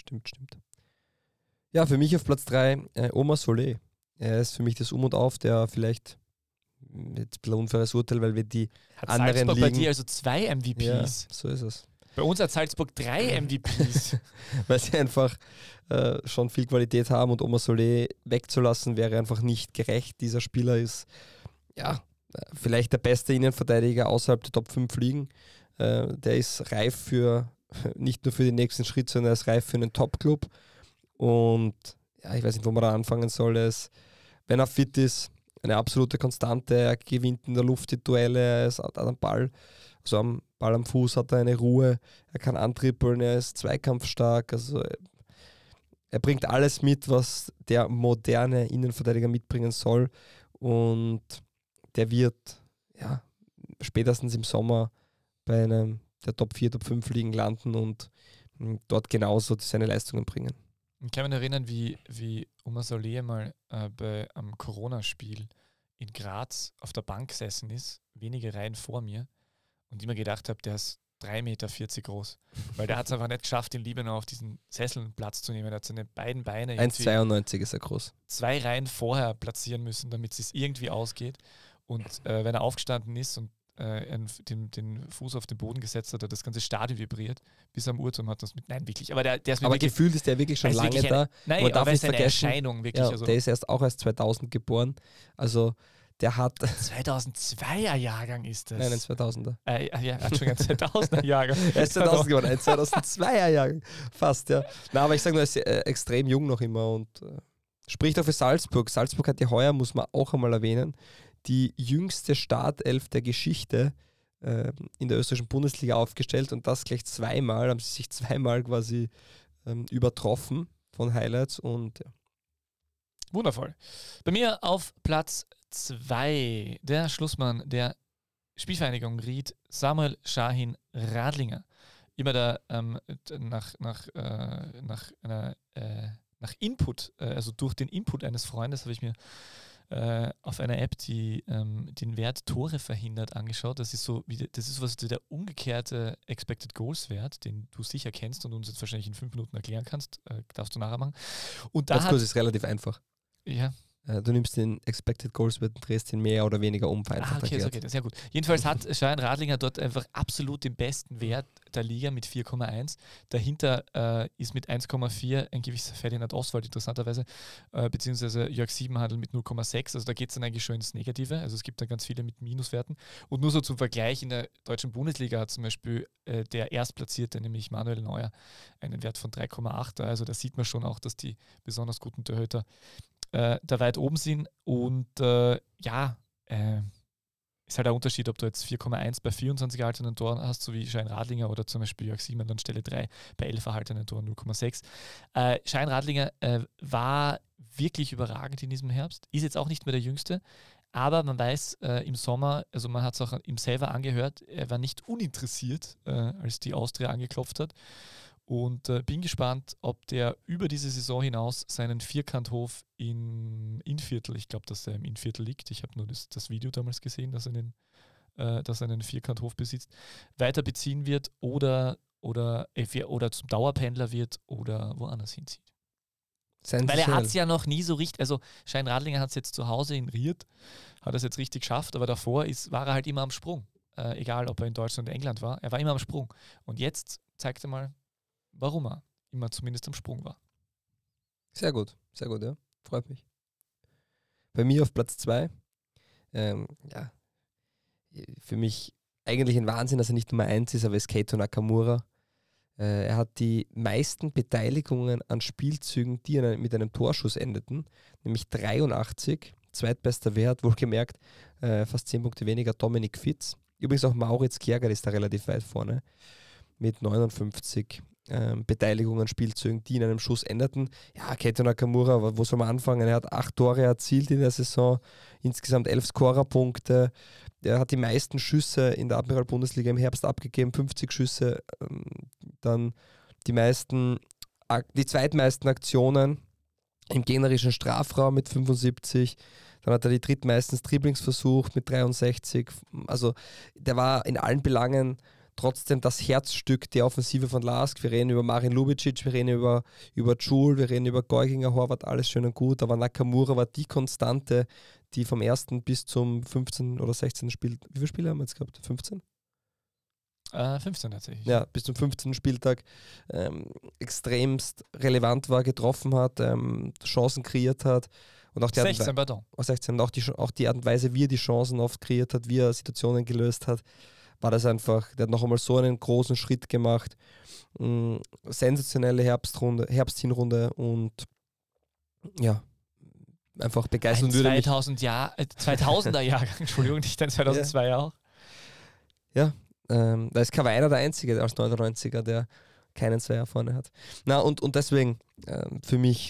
Ja, für mich auf Platz 3 Omar Solé. Er ist für mich das Um und Auf, der vielleicht, jetzt ein bisschen unfaires Urteil, weil wir die hat anderen Salzburg Ligen... bei dir also 2 MVPs? Ja, so ist es. Bei uns hat Salzburg 3 MVPs. Weil sie einfach schon viel Qualität haben und Omar Solé wegzulassen, wäre einfach nicht gerecht. Dieser Spieler ist ja vielleicht der beste Innenverteidiger außerhalb der Top 5 Ligen. Der ist reif für nicht nur für den nächsten Schritt, sondern er ist reif für einen Top-Club. Und ja, ich weiß nicht, wo man da anfangen soll. Wenn er fit ist, eine absolute Konstante. Er gewinnt in der Luft die Duelle, er hat am Ball, also am Ball am Fuß hat er eine Ruhe, er kann antrippeln, er ist zweikampfstark. Also er bringt alles mit, was der moderne Innenverteidiger mitbringen soll. Und der wird ja spätestens im Sommer bei einem der Top 4, Top 5 Ligen landen und dort genauso seine Leistungen bringen. Ich kann mich erinnern, wie Omar Solé mal am Corona-Spiel in Graz auf der Bank gesessen ist, wenige Reihen vor mir, und ich mir gedacht habe, der ist 3,40 Meter groß. Weil der hat es einfach nicht geschafft, in Liebenau auf diesen Sesseln Platz zu nehmen. Er hat seine beiden Beine 1,92 ist er groß. 2 Reihen vorher platzieren müssen, damit es irgendwie ausgeht. Und wenn er aufgestanden ist und den Fuß auf den Boden gesetzt hat, das ganze Stadion vibriert, bis am Uhrturm hat das mit. Nein, wirklich. Aber der ist mir aber wirklich, gefühlt ist der wirklich schon lange da. Nein, man darf aber nicht es ist eine vergessen, Erscheinung, wirklich. Ja, also der ist erst 2000 geboren. Also der hat... 2002er Jahrgang ist das. Nein, ein 2000er. Ja, hat schon ein 2000er Jahrgang. Er ist 2000 geworden, ein 2002er Jahrgang. Fast, ja. Na, aber ich sage nur, er ist extrem jung noch immer und spricht auch für Salzburg. Salzburg hat ja heuer, muss man auch einmal erwähnen, die jüngste Startelf der Geschichte in der österreichischen Bundesliga aufgestellt und das gleich zweimal, haben sie sich zweimal quasi übertroffen von Highlights und ja. Wundervoll. Bei mir auf Platz 2 der Schlussmann der Spielvereinigung Ried, Samuel Shahin Radlinger. Immer da nach Input, also durch den Input eines Freundes habe ich mir auf einer App, die den Wert Tore verhindert, angeschaut. Das ist so das ist was der umgekehrte Expected Goals Wert, den du sicher kennst und uns jetzt wahrscheinlich in 5 Minuten erklären kannst. Darfst du nachher machen. Und da Ganz kurz, ist relativ einfach. Ja. Du nimmst den Expected Goals Wert und drehst ihn mehr oder weniger um. Okay, so geht das. Ja gut. Jedenfalls hat Schein Radlinger dort einfach absolut den besten Wert der Liga mit 4,1. Dahinter ist mit 1,4 ein gewisser Ferdinand Oswald interessanterweise, beziehungsweise Jörg Siebenhandel mit 0,6. Also da geht es dann eigentlich schon ins Negative. Also es gibt da ganz viele mit Minuswerten. Und nur so zum Vergleich, in der deutschen Bundesliga hat zum Beispiel der Erstplatzierte, nämlich Manuel Neuer, einen Wert von 3,8. Also da sieht man schon auch, dass die besonders guten Torhüter da weit oben sind und ist halt der Unterschied, ob du jetzt 4,1 bei 24 erhaltenen Toren hast, so wie Schein Radlinger oder zum Beispiel Jörg Siemann an Stelle 3 bei 11 erhaltenen Toren 0,6. Schein Radlinger war wirklich überragend in diesem Herbst, ist jetzt auch nicht mehr der Jüngste, aber man weiß im Sommer, also man hat es auch ihm selber angehört, er war nicht uninteressiert, als die Austria angeklopft hat. Und bin gespannt, ob der über diese Saison hinaus seinen Vierkanthof im Innviertel, ich glaube, dass er im Innviertel liegt, ich habe nur das Video damals gesehen, dass er einen Vierkanthof besitzt, weiter beziehen wird oder zum Dauerpendler wird oder woanders hinzieht. Weil er hat es ja noch nie so richtig, also Schein Radlinger hat es jetzt zu Hause in Ried, hat es jetzt richtig geschafft, aber davor war er halt immer am Sprung. Egal, ob er in Deutschland oder England war, er war immer am Sprung. Und jetzt zeigt er mal, warum er immer zumindest am Sprung war. Sehr gut, ja. Freut mich. Bei mir auf Platz 2, für mich eigentlich ein Wahnsinn, dass er nicht Nummer 1 ist, aber ist Keito Nakamura. Er hat die meisten Beteiligungen an Spielzügen, die mit einem Torschuss endeten, nämlich 83, zweitbester Wert, wohlgemerkt, fast 10 Punkte weniger, Dominik Fitz. Übrigens auch Mauritz Kjærgaard ist da relativ weit vorne, mit 59 Beteiligungen, Spielzügen, die in einem Schuss endeten. Ja, Keito Nakamura, wo soll man anfangen? Er hat 8 Tore erzielt in der Saison, insgesamt 11 Scorerpunkte. Er hat die meisten Schüsse in der Admiral-Bundesliga im Herbst abgegeben, 50 Schüsse. Dann die zweitmeisten Aktionen im gegnerischen Strafraum mit 75. Dann hat er die drittmeisten Dribblings versucht mit 63. Also der war in allen Belangen trotzdem das Herzstück der Offensive von LASK. Wir reden über Marin Lubicic, wir reden über Joule, wir reden über Geuginger, Horvath, alles schön und gut, aber Nakamura war die Konstante, die vom 1. bis zum 15. oder 16. Spiel, wie viele Spiele haben wir jetzt gehabt? 15? 15 tatsächlich. Ja, bis zum 15. Spieltag extremst relevant war, getroffen hat, Chancen kreiert hat. Und auch die 16, pardon. 16, auch die Art und Weise, wie er die Chancen oft kreiert hat, wie er Situationen gelöst hat, war das einfach, der hat noch einmal so einen großen Schritt gemacht. Sensationelle Herbsthinrunde und ja, einfach begeistern würde mich. 2000er Jahrgang, Entschuldigung, nicht ein 2002 auch. Ja, da ist Kavainer der Einzige als 99er, der keinen Zweier vorne hat. Na, und deswegen für mich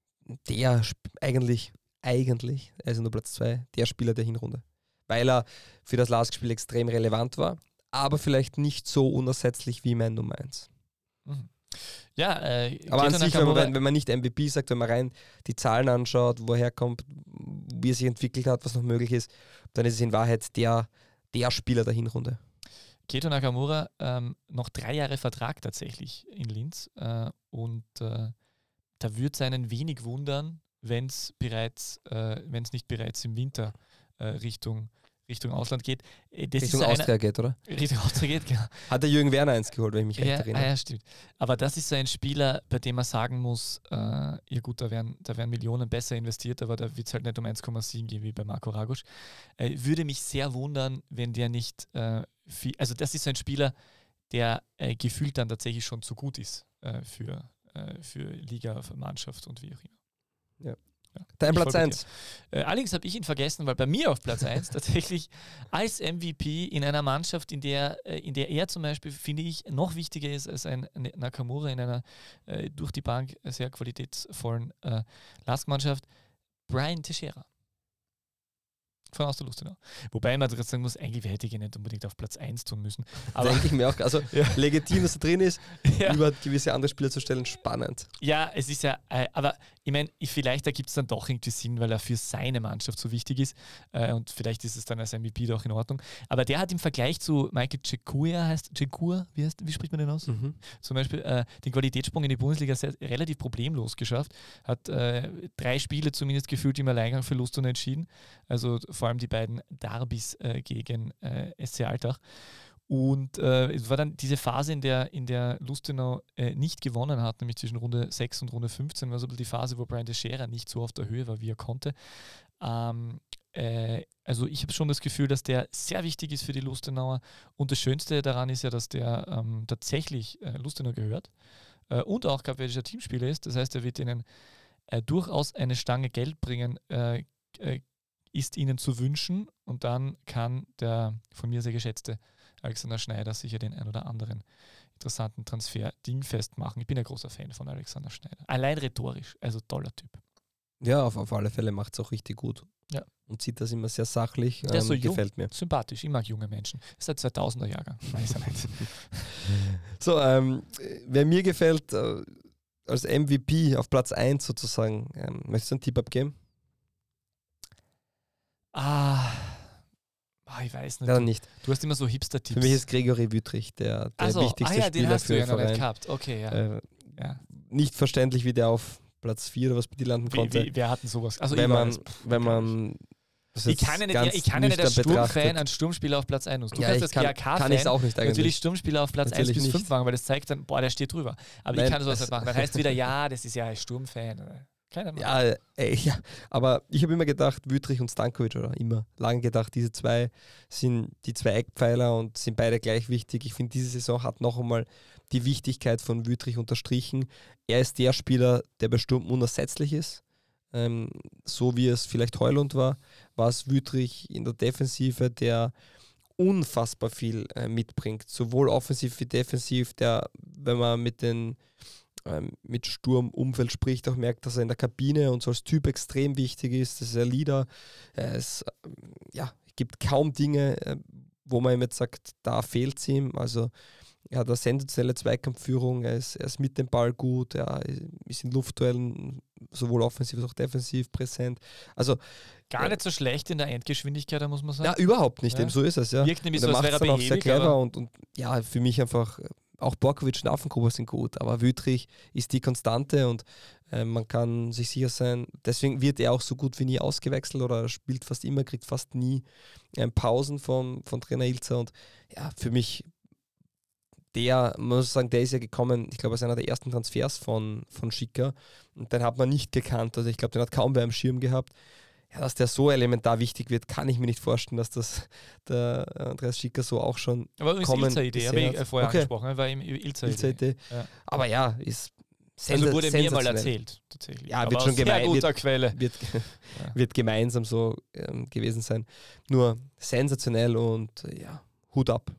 eigentlich, also nur Platz 2, der Spieler der Hinrunde. Weil er für das LASK-Spiel extrem relevant war, aber vielleicht nicht so unersetzlich wie mein Nummer 1. Mhm. Ja, aber an sich, wenn man nicht MVP sagt, wenn man rein die Zahlen anschaut, woher kommt, wie er sich entwickelt hat, was noch möglich ist, dann ist es in Wahrheit der Spieler der Hinrunde. Keito Nakamura, noch 3 Jahre Vertrag tatsächlich in Linz und da würde es einen wenig wundern, wenn es nicht bereits im Winter Richtung Ausland geht. Richtung Austria geht, oder? Richtung Austria geht, genau. Hat der Jürgen Werner eins geholt, wenn ich mich recht erinnere. Ja, stimmt. Aber das ist so ein Spieler, bei dem man sagen muss, da werden Millionen besser investiert, aber da wird es halt nicht um 1,7 gehen wie bei Marco Ragusch. Würde mich sehr wundern, wenn der nicht also das ist so ein Spieler, der gefühlt dann tatsächlich schon zu gut ist für Liga, für Mannschaft und wie auch immer. Ja. Dein Platz 1. Allerdings habe ich ihn vergessen, weil bei mir auf Platz 1 tatsächlich als MVP in einer Mannschaft, in der er zum Beispiel, finde ich, noch wichtiger ist als ein Nakamura in einer durch die Bank sehr qualitätsvollen LASK-Mannschaft, Brian Teixeira. Von aus der Lustenau. Wobei man sagen muss, eigentlich hätte ich ihn nicht unbedingt auf Platz 1 tun müssen. Aber denke ich mir auch. Also legitim, dass er drin ist, über gewisse andere Spieler zu stellen, spannend. Ja, es ist ja, aber ich meine, vielleicht ergibt es dann doch irgendwie Sinn, weil er für seine Mannschaft so wichtig ist und vielleicht ist es dann als MVP doch in Ordnung. Aber der hat im Vergleich zu Michael Chekua, wie spricht man den aus? Zum Beispiel den Qualitätssprung in die Bundesliga relativ problemlos geschafft, hat 3 Spiele zumindest gefühlt im Alleingang für Lustenau entschieden, also vor allem die beiden Derbys gegen SC Altach. Und es war dann diese Phase, in der Lustenau nicht gewonnen hat, nämlich zwischen Runde 6 und Runde 15, war so die Phase, wo Brian Teixeira nicht so auf der Höhe war, wie er konnte. Also ich habe schon das Gefühl, dass der sehr wichtig ist für die Lustenauer. Und das Schönste daran ist ja, dass der tatsächlich Lustenau gehört und auch kapverdischer Teamspieler ist. Das heißt, er wird ihnen durchaus eine Stange Geld bringen, ist ihnen zu wünschen. Und dann kann der von mir sehr geschätzte Alexander Schneider sicher den ein oder anderen interessanten Transfer dingfest machen. Ich bin ein großer Fan von Alexander Schneider. Allein rhetorisch, also toller Typ. Ja, auf alle Fälle macht es auch richtig gut. Ja. Und sieht das immer sehr sachlich. Der ist so gefällt jung, mir. sympathisch. Ich mag junge Menschen. Ist der 2000er Jahrgang. Weiß er nicht. So, wer mir gefällt, als MVP auf Platz 1 sozusagen, möchtest du einen Tipp abgeben? Ich weiß nicht. Leider nicht. Du hast immer so Hipster-Tipps. Für mich ist Gregory Wüttrich der wichtigste Spieler für den Verein. Gehabt. Okay, ja. Nicht verständlich, wie der auf Platz 4 oder was bei dir landen konnte. Wir hatten sowas. Also wenn man ich kann ja nicht als Sturm-Fan einen Sturmspieler auf Platz 1 und du kannst als GAK-Fan ich auch nicht eigentlich. Natürlich Sturmspieler auf Platz 1 bis 5 machen, weil das zeigt dann, der steht drüber. Aber Nein, ich kann sowas nicht machen. Dann heißt es wieder, das ist ja ein Sturmfan. Ja, aber ich habe immer gedacht, Wüttrich und Stankovic, oder immer lange gedacht, diese zwei sind die 2 Eckpfeiler und sind beide gleich wichtig. Ich finde, diese Saison hat noch einmal die Wichtigkeit von Wüttrich unterstrichen. Er ist der Spieler, der bei Sturm unersetzlich ist. So wie es vielleicht Heulund war es Wüttrich in der Defensive, der unfassbar viel mitbringt, sowohl offensiv wie defensiv, der, wenn man mit Sturmumfeld spricht, auch merkt, dass er in der Kabine und so als Typ extrem wichtig ist. Das ist ein Leader. Es gibt kaum Dinge, wo man ihm jetzt sagt, da fehlt es ihm. Also er hat eine sensationelle Zweikampfführung, er ist mit dem Ball gut, er ist in Luftduellen sowohl offensiv als auch defensiv präsent. Also gar nicht so schlecht in der Endgeschwindigkeit, muss man sagen. Ja, überhaupt nicht, so ist es. Ja. Wirkt nämlich so, als wäre er behäbig, auch sehr clever und ja, für mich einfach, auch Borkovic und Affengruber sind gut, aber Wüttrich ist die Konstante und man kann sich sicher sein, deswegen wird er auch so gut wie nie ausgewechselt oder spielt fast immer, kriegt fast nie Pausen von Trainer Ilzer und ja, für mich der ist ja gekommen, ich glaube, als einer der ersten Transfers von Schicker und den hat man nicht gekannt, also ich glaube, den hat kaum wer am Schirm gehabt. Ja, dass der so elementar wichtig wird, kann ich mir nicht vorstellen, dass das der Andreas Schicker so auch schon aber kommen Ilzer-Idee, habe ich vorher angesprochen, war ihm Ilzer-Idee. Ja. Aber ja, ist also wurde mir mal erzählt, tatsächlich. Ja, aber wird schon Quelle. Wird gemeinsam so gewesen sein. Nur sensationell und ja, Hut ab.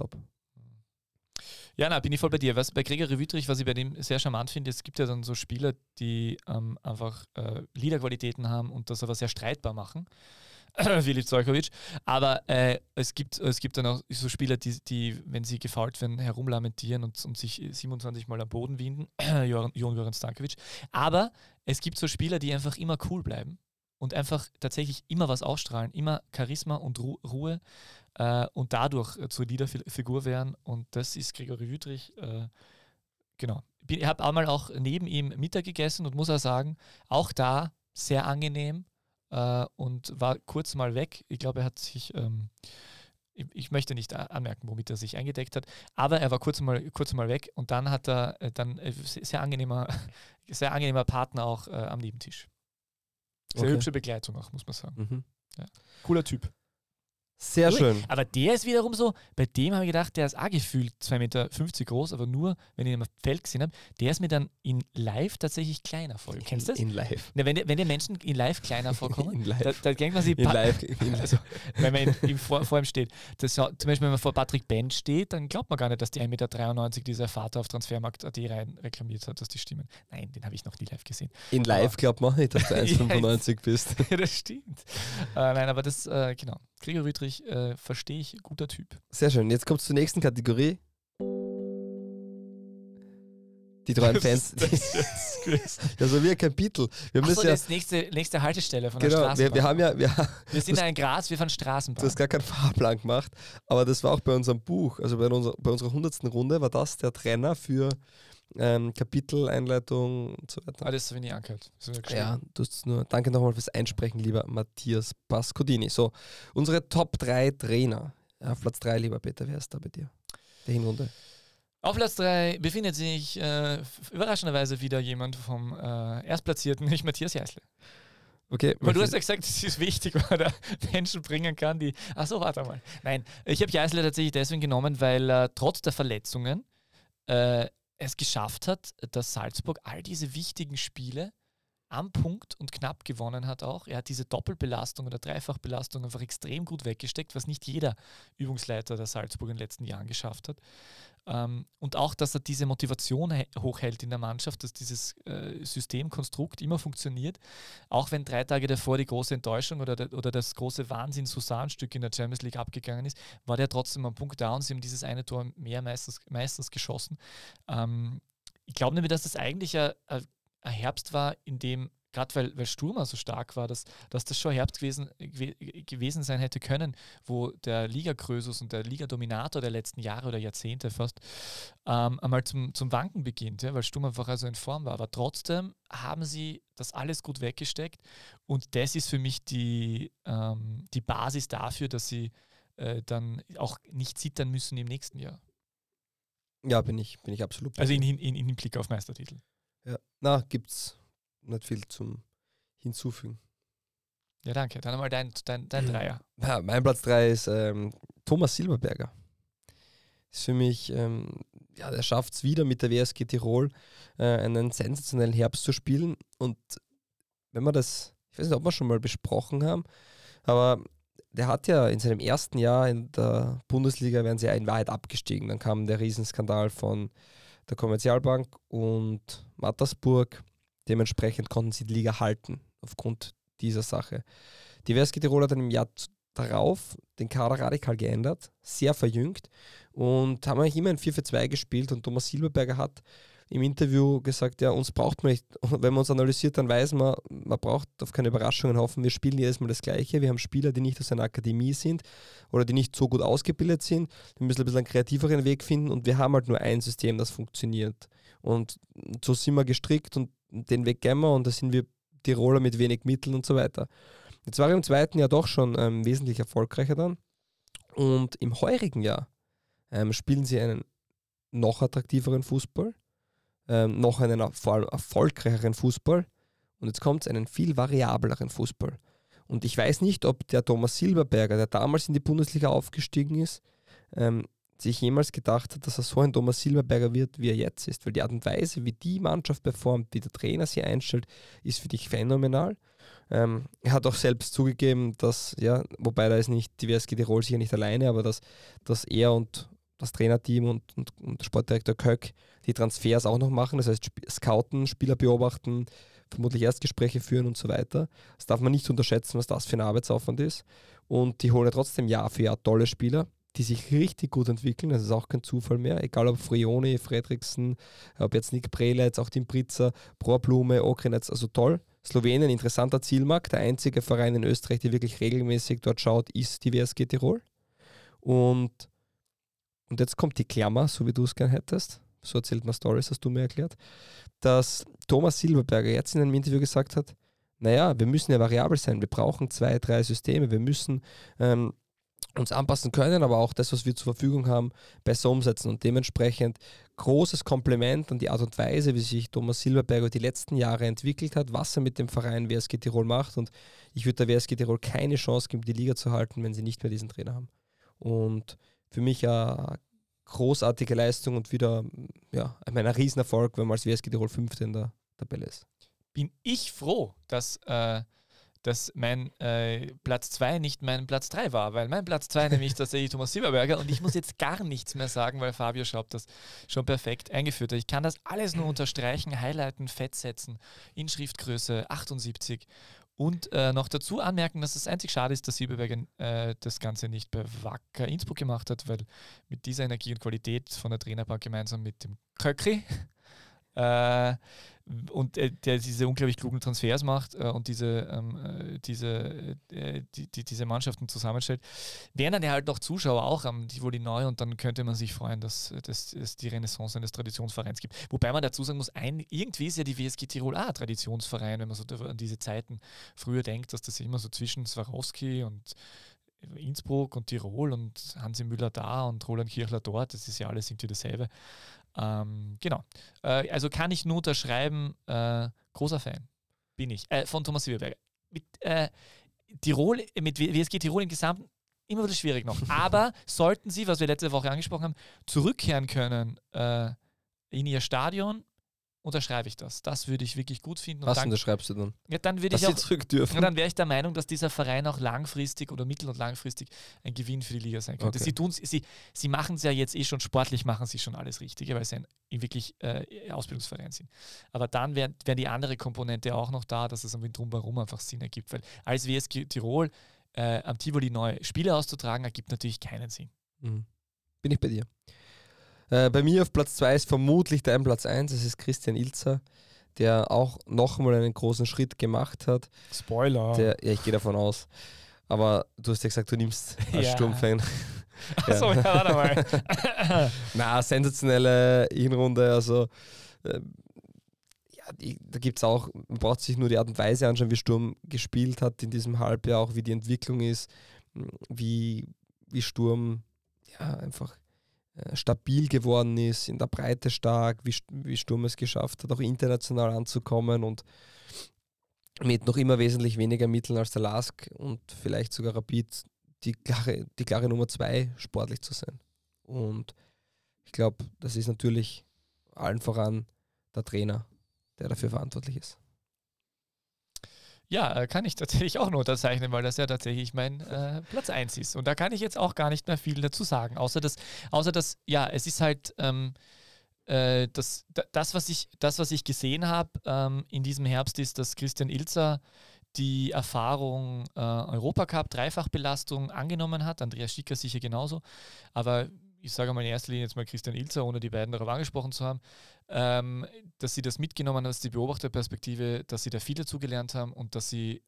Ja, bin ich voll bei dir. Bei Gregory Wüttrich, was ich bei dem sehr charmant finde, es gibt ja dann so Spieler, die einfach Leaderqualitäten haben und das aber sehr streitbar machen. Filip Zojkovic. Aber es gibt dann auch so Spieler, die wenn sie gefoult werden, herumlamentieren und sich 27 Mal am Boden winden. Joran Stankovic. Aber es gibt so Spieler, die einfach immer cool bleiben und einfach tatsächlich immer was ausstrahlen, immer Charisma und Ruhe und dadurch zur Leaderfigur werden. Und das ist Gregory Wüttrich. Genau. Ich habe einmal auch neben ihm Mittag gegessen und muss auch sagen, auch da sehr angenehm und war kurz mal weg. Ich glaube, er hat sich, ich möchte nicht anmerken, womit er sich eingedeckt hat, aber er war kurz mal weg und dann hat er sehr angenehmer Partner auch am Nebentisch. Sehr hübsche Begleitung auch, muss man sagen. Mhm. Ja. Cooler Typ. Sehr schön. Aber der ist wiederum so, bei dem habe ich gedacht, der ist auch gefühlt 2,50 Meter groß, aber nur, wenn ich ihn im Feld gesehen habe, der ist mir dann in live tatsächlich kleiner vor. Kennst du das? In live. Na, wenn dir Menschen in live kleiner vorkommen, da denkt man sich, in live. Also, wenn man vor ihm steht. Zum Beispiel, wenn man vor Patrick Bench steht, dann glaubt man gar nicht, dass die 1,93 Meter, dieser Vater auf Transfermarkt.at rein reklamiert hat, dass die stimmen. Nein, den habe ich noch nie live gesehen. In live glaubt man nicht, dass du 1,95 bist. Ja, das stimmt. Nein, aber das, genau. Gregor Wüttrich, verstehe ich, guter Typ. Sehr schön. Jetzt kommt es zur nächsten Kategorie. die treuen Fans. Ja, so wie ein Kapitel. Wir müssen das nächste Haltestelle von der genau, Straßenbahn. wir haben ja... Wir sind in Graz, wir fahren Straßenbahn. Du hast gar keinen Fahrplan gemacht, aber das war auch bei unserem Buch, also bei unserer 100. Runde war das der Trenner für Kapitel, Einleitung und so weiter. Alles habe ich nie angehört. Ja, du hast nur. Danke nochmal fürs Einsprechen, lieber Matthias Pascodini. So, unsere Top 3 Trainer. Ja, auf Platz 3, lieber Peter, wer ist da bei dir? Der Hinrunde. Auf Platz 3 befindet sich überraschenderweise wieder jemand vom Erstplatzierten, nicht Matthias Jeißle. Okay. Weil du hast ja gesagt, es ist wichtig, weil er Menschen bringen kann, die... Achso, warte mal. Nein, ich habe Jeißle tatsächlich deswegen genommen, weil er trotz der Verletzungen es geschafft hat, dass Salzburg all diese wichtigen Spiele am Punkt und knapp gewonnen hat auch. Er hat diese Doppelbelastung oder Dreifachbelastung einfach extrem gut weggesteckt, was nicht jeder Übungsleiter der Salzburg in den letzten Jahren geschafft hat. Und auch, dass er diese Motivation hochhält in der Mannschaft, dass dieses Systemkonstrukt immer funktioniert. Auch wenn 3 Tage davor die große Enttäuschung oder das große Wahnsinn-Susan-Stück in der Champions League abgegangen ist, war der trotzdem am Punkt da und sie haben dieses eine Tor mehr meistens geschossen. Ich glaube nämlich, dass das eigentlich ein Herbst war, in dem, gerade weil Sturm so stark war, dass das schon Herbst gewesen sein hätte können, wo der Liga-Krösus und der Liga-Dominator der letzten Jahre oder Jahrzehnte fast einmal zum Wanken beginnt, ja, weil Sturm einfach also in Form war. Aber trotzdem haben sie das alles gut weggesteckt und das ist für mich die Basis dafür, dass sie dann auch nicht zittern müssen im nächsten Jahr. Ja, bin ich absolut bei Also dir. in Hinblick auf Meistertitel. Ja. Na, gibt's nicht viel zum Hinzufügen. Ja, danke. Dann einmal dein Dreier. Ja, mein Platz 3 ist Thomas Silberberger. Ist für mich, er schafft es wieder mit der WSG Tirol, einen sensationellen Herbst zu spielen. Und wenn man das, ich weiß nicht, ob wir schon mal besprochen haben, aber der hat ja in seinem ersten Jahr in der Bundesliga, wären sie ja in Wahrheit abgestiegen. Dann kam der Riesenskandal von der Kommerzialbank und Mattersburg. Dementsprechend konnten sie die Liga halten, aufgrund dieser Sache. Die WSG Tirol hat dann im Jahr darauf den Kader radikal geändert, sehr verjüngt und haben eigentlich immer ein 4-4-2 gespielt und Thomas Silberberger hat im Interview gesagt, ja, uns braucht man nicht, wenn man uns analysiert, dann weiß man, man braucht auf keine Überraschungen hoffen, wir spielen jedes Mal das Gleiche, wir haben Spieler, die nicht aus einer Akademie sind oder die nicht so gut ausgebildet sind, wir müssen ein bisschen einen kreativeren Weg finden und wir haben halt nur ein System, das funktioniert und so sind wir gestrickt und den Weg gehen wir und da sind wir Tiroler mit wenig Mitteln und so weiter. Jetzt war er im zweiten Jahr doch schon wesentlich erfolgreicher dann und im heurigen Jahr spielen sie einen noch attraktiveren Fußball, noch einen vor allem erfolgreicheren Fußball und jetzt kommt es einen viel variableren Fußball. Und ich weiß nicht, ob der Thomas Silberberger, der damals in die Bundesliga aufgestiegen ist, sich jemals gedacht hat, dass er so ein Thomas Silberberger wird, wie er jetzt ist. Weil die Art und Weise, wie die Mannschaft performt, wie der Trainer sie einstellt, ist für dich phänomenal. Er hat auch selbst zugegeben, dass, ja, wobei da ist nicht die WSG Tirol sicher nicht alleine, aber dass er und das Trainerteam und der Sportdirektor Köck die Transfers auch noch machen, das heißt scouten, Spieler beobachten, vermutlich Erstgespräche führen und so weiter. Das darf man nicht unterschätzen, was das für ein Arbeitsaufwand ist. Und die holen ja trotzdem Jahr für Jahr tolle Spieler, die sich richtig gut entwickeln. Das ist auch kein Zufall mehr. Egal ob Frioni, Fredriksen, ob jetzt Nick Prelitz, auch Tim Pritzer, Brorblume, Okrinetz, also toll. Slowenien, interessanter Zielmarkt. Der einzige Verein in Österreich, der wirklich regelmäßig dort schaut, ist die WSG Tirol. Und jetzt kommt die Klammer, so wie du es gern hättest. So erzählt man Stories, hast du mir erklärt. Dass Thomas Silberberger jetzt in einem Interview gesagt hat, naja, wir müssen ja variabel sein. Wir brauchen 2, 3 Systeme. Wir müssen uns anpassen können, aber auch das, was wir zur Verfügung haben, besser umsetzen. Und dementsprechend großes Kompliment an die Art und Weise, wie sich Thomas Silberberger die letzten Jahre entwickelt hat, was er mit dem Verein WSG Tirol macht. Und ich würde der WSG Tirol keine Chance geben, die Liga zu halten, wenn sie nicht mehr diesen Trainer haben. Und für mich eine großartige Leistung und wieder ein Riesenerfolg, wenn man als WSG Tirol 5. in der Tabelle ist. Bin ich froh, dass mein Platz 2 nicht mein Platz 3 war, weil mein Platz 2 nämlich tatsächlich Thomas Silberberger und ich muss jetzt gar nichts mehr sagen, weil Fabio Schaub das schon perfekt eingeführt hat. Ich kann das alles nur unterstreichen, highlighten, fett setzen, in Schriftgröße 78 und noch dazu anmerken, dass es einzig schade ist, dass Silberberger das Ganze nicht bei Wacker Innsbruck gemacht hat, weil mit dieser Energie und Qualität von der Trainerbank gemeinsam mit dem Köckri Und der diese unglaublich klugen Transfers macht und diese Mannschaften zusammenstellt, wären dann ja halt noch Zuschauer auch am Tivoli Neu und dann könnte man sich freuen, dass es die Renaissance eines Traditionsvereins gibt. Wobei man dazu sagen muss, irgendwie ist ja die WSG Tirol auch ein Traditionsverein, wenn man so an diese Zeiten früher denkt, dass das immer so zwischen Swarovski und Innsbruck und Tirol und Hansi Müller da und Roland Kirchler dort, das ist ja alles irgendwie dasselbe. Genau. Also kann ich nur unterschreiben, großer Fan bin ich, von Thomas Silberberger. Mit Tirol, mit WSG Tirol im Gesamten immer wieder schwierig noch. Aber sollten sie, was wir letzte Woche angesprochen haben, zurückkehren können in ihr Stadion, unterschreibe ich das. Das würde ich wirklich gut finden. Was unterschreibst du dann? Ja, dann würde dass ich auch, sie zurück dürfen? ja, dann wäre ich der Meinung, dass dieser Verein auch langfristig oder mittel- und langfristig ein Gewinn für die Liga sein könnte. Okay. Sie machen es ja jetzt eh schon, sportlich machen sie schon alles richtig, weil sie ein wirklich Ausbildungsverein sind. Aber dann wäre die andere Komponente auch noch da, dass es irgendwie drumherum einfach Sinn ergibt. Weil als WSG Tirol am Tivoli Neu Spiele auszutragen, ergibt natürlich keinen Sinn. Mhm. Bin ich bei dir. Bei mir auf Platz 2 ist vermutlich dein Platz 1, das ist Christian Ilzer, der auch nochmal einen großen Schritt gemacht hat. Spoiler. Ja, ich gehe davon aus. Aber du hast ja gesagt, du nimmst als Sturmfan. Achso, ja, warte mal. Na, sensationelle Hinrunde. Also, da gibt es auch, man braucht sich nur die Art und Weise anschauen, wie Sturm gespielt hat in diesem Halbjahr, auch wie die Entwicklung ist, wie Sturm einfach stabil geworden ist, in der Breite stark, wie Sturm es geschafft hat, auch international anzukommen und mit noch immer wesentlich weniger Mitteln als der LASK und vielleicht sogar Rapid die klare Nummer 2 sportlich zu sein. Und ich glaube, das ist natürlich allen voran der Trainer, der dafür verantwortlich ist. Ja, kann ich tatsächlich auch nur unterzeichnen, weil das ja tatsächlich mein Platz 1 ist. Und da kann ich jetzt auch gar nicht mehr viel dazu sagen. Außer dass ja, es ist halt das, was ich gesehen habe in diesem Herbst, ist, dass Christian Ilzer die Erfahrung Europacup, Dreifachbelastung angenommen hat. Andreas Schicker sicher genauso. Aber ich sage mal in erster Linie jetzt mal Christian Ilzer, ohne die beiden darauf angesprochen zu haben, dass sie das mitgenommen haben aus der Beobachterperspektive, dass sie da viel dazugelernt haben und dass sie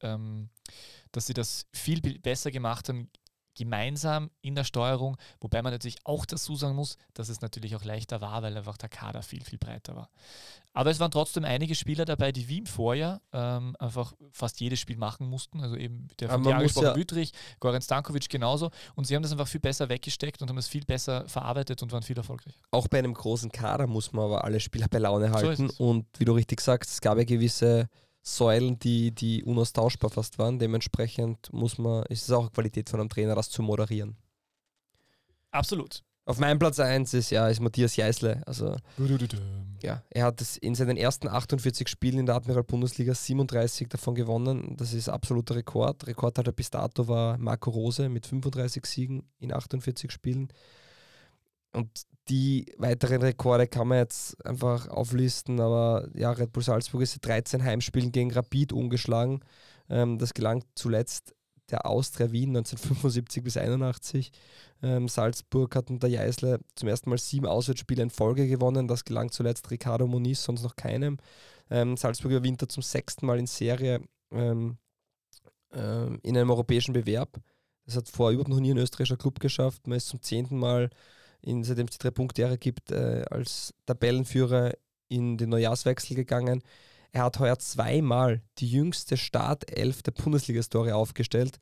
das viel besser gemacht haben, gemeinsam in der Steuerung, wobei man natürlich auch dazu sagen muss, dass es natürlich auch leichter war, weil einfach der Kader viel, viel breiter war. Aber es waren trotzdem einige Spieler dabei, die wie im Vorjahr einfach fast jedes Spiel machen mussten. Also eben der von dir angesprochene Wüttrich, Goran Stankovic genauso. Und sie haben das einfach viel besser weggesteckt und haben es viel besser verarbeitet und waren viel erfolgreicher. Auch bei einem großen Kader muss man aber alle Spieler bei Laune halten. So und wie du richtig sagst, es gab ja gewisse Säulen, die unaustauschbar fast waren. Dementsprechend ist es auch eine Qualität von einem Trainer, das zu moderieren. Absolut. Auf meinem Platz 1 ist Matthias Jeißle. Also, ja, er hat es in seinen ersten 48 Spielen in der Admiral-Bundesliga 37 davon gewonnen. Das ist absoluter Rekord. Rekordhalter bis dato war Marco Rose mit 35 Siegen in 48 Spielen. Und die weiteren Rekorde kann man jetzt einfach auflisten, aber ja, Red Bull Salzburg ist 13 Heimspielen gegen Rapid ungeschlagen. Das gelang zuletzt der Austria Wien 1975 bis 81. Salzburg hat unter Jeißle zum ersten Mal 7 Auswärtsspiele in Folge gewonnen. Das gelang zuletzt Ricardo Moniz, sonst noch keinem. Salzburg überwintert zum 6. Mal in Serie in einem europäischen Bewerb. Das hat vorher überhaupt noch nie ein österreichischer Club geschafft. Man ist zum 10. Mal seitdem es die 3-Punkte-Ära gibt, als Tabellenführer in den Neujahrswechsel gegangen. Er hat heuer 2-mal die jüngste Startelf der Bundesliga-Story aufgestellt.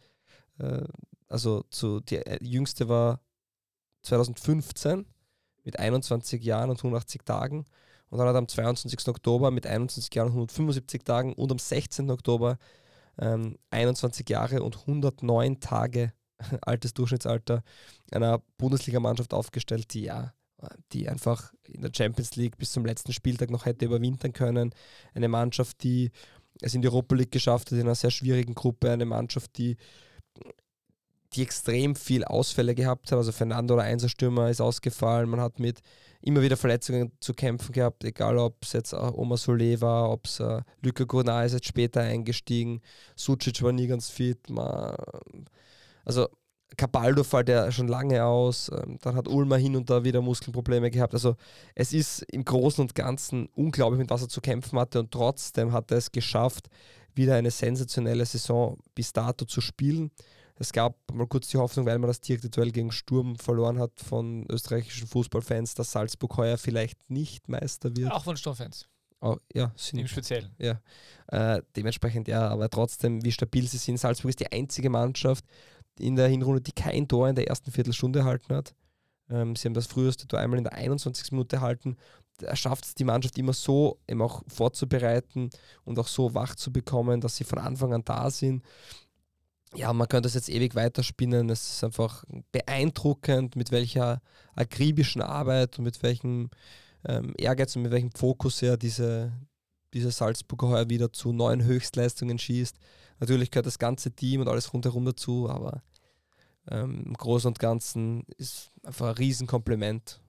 Die jüngste war 2015 mit 21 Jahren und 180 Tagen. Und dann hat er am 22. Oktober mit 21 Jahren und 175 Tagen und am 16. Oktober 21 Jahre und 109 Tage altes Durchschnittsalter einer Bundesligamannschaft aufgestellt, die einfach in der Champions League bis zum letzten Spieltag noch hätte überwintern können. Eine Mannschaft, die es in die Europa League geschafft hat, in einer sehr schwierigen Gruppe. Eine Mannschaft, die extrem viel Ausfälle gehabt hat. Also Fernando, der Einserstürmer, ist ausgefallen. Man hat mit immer wieder Verletzungen zu kämpfen gehabt, egal ob es jetzt Omar Solé war, ob es Luka Gourna ist jetzt später eingestiegen. Sucic war nie ganz fit. Also Cabaldo fällt ja schon lange aus, dann hat Ulmer hin und da wieder Muskelprobleme gehabt. Also es ist im Großen und Ganzen unglaublich, mit was er zu kämpfen hatte und trotzdem hat er es geschafft, wieder eine sensationelle Saison bis dato zu spielen. Es gab mal kurz die Hoffnung, weil man das direkte Duell gegen Sturm verloren hat von österreichischen Fußballfans, dass Salzburg heuer vielleicht nicht Meister wird. Auch von Sturmfans. Oh, ja, Im Speziellen. Ja, dementsprechend ja, aber trotzdem, wie stabil sie sind. Salzburg ist die einzige Mannschaft in der Hinrunde, die kein Tor in der ersten Viertelstunde erhalten hat. Sie haben das früheste Tor einmal in der 21. Minute erhalten. Da schafft es die Mannschaft immer so, eben auch vorzubereiten und auch so wach zu bekommen, dass sie von Anfang an da sind. Ja, man könnte das jetzt ewig weiterspinnen. Es ist einfach beeindruckend, mit welcher akribischen Arbeit und mit welchem Ehrgeiz und mit welchem Fokus er diese Salzburger heuer wieder zu neuen Höchstleistungen schießt. Natürlich gehört das ganze Team und alles rundherum dazu, aber im Großen und Ganzen ist einfach ein Riesenkompliment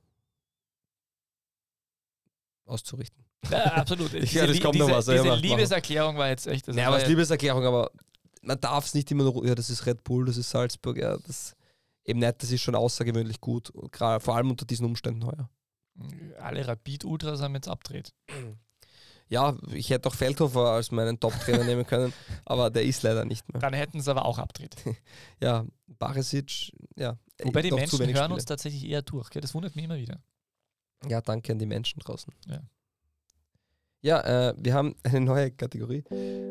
auszurichten. Ja, absolut. Diese Liebeserklärung war jetzt echt... Ja, aber es ist Liebeserklärung, aber man darf es nicht immer nur, ja, das ist Red Bull, das ist Salzburg, ja, das eben nicht, das ist schon außergewöhnlich gut, und vor allem unter diesen Umständen heuer. Alle Rapid-Ultras haben jetzt abgedreht. Ja, ich hätte auch Feldhofer als meinen Top-Trainer nehmen können, aber der ist leider nicht mehr. Dann hätten sie aber auch abgedreht. Ja, Barisic, ja. Wobei die Menschen hören uns tatsächlich eher durch, gell? Das wundert mich immer wieder. Ja, danke an die Menschen draußen. Ja. Ja, wir haben eine neue Kategorie.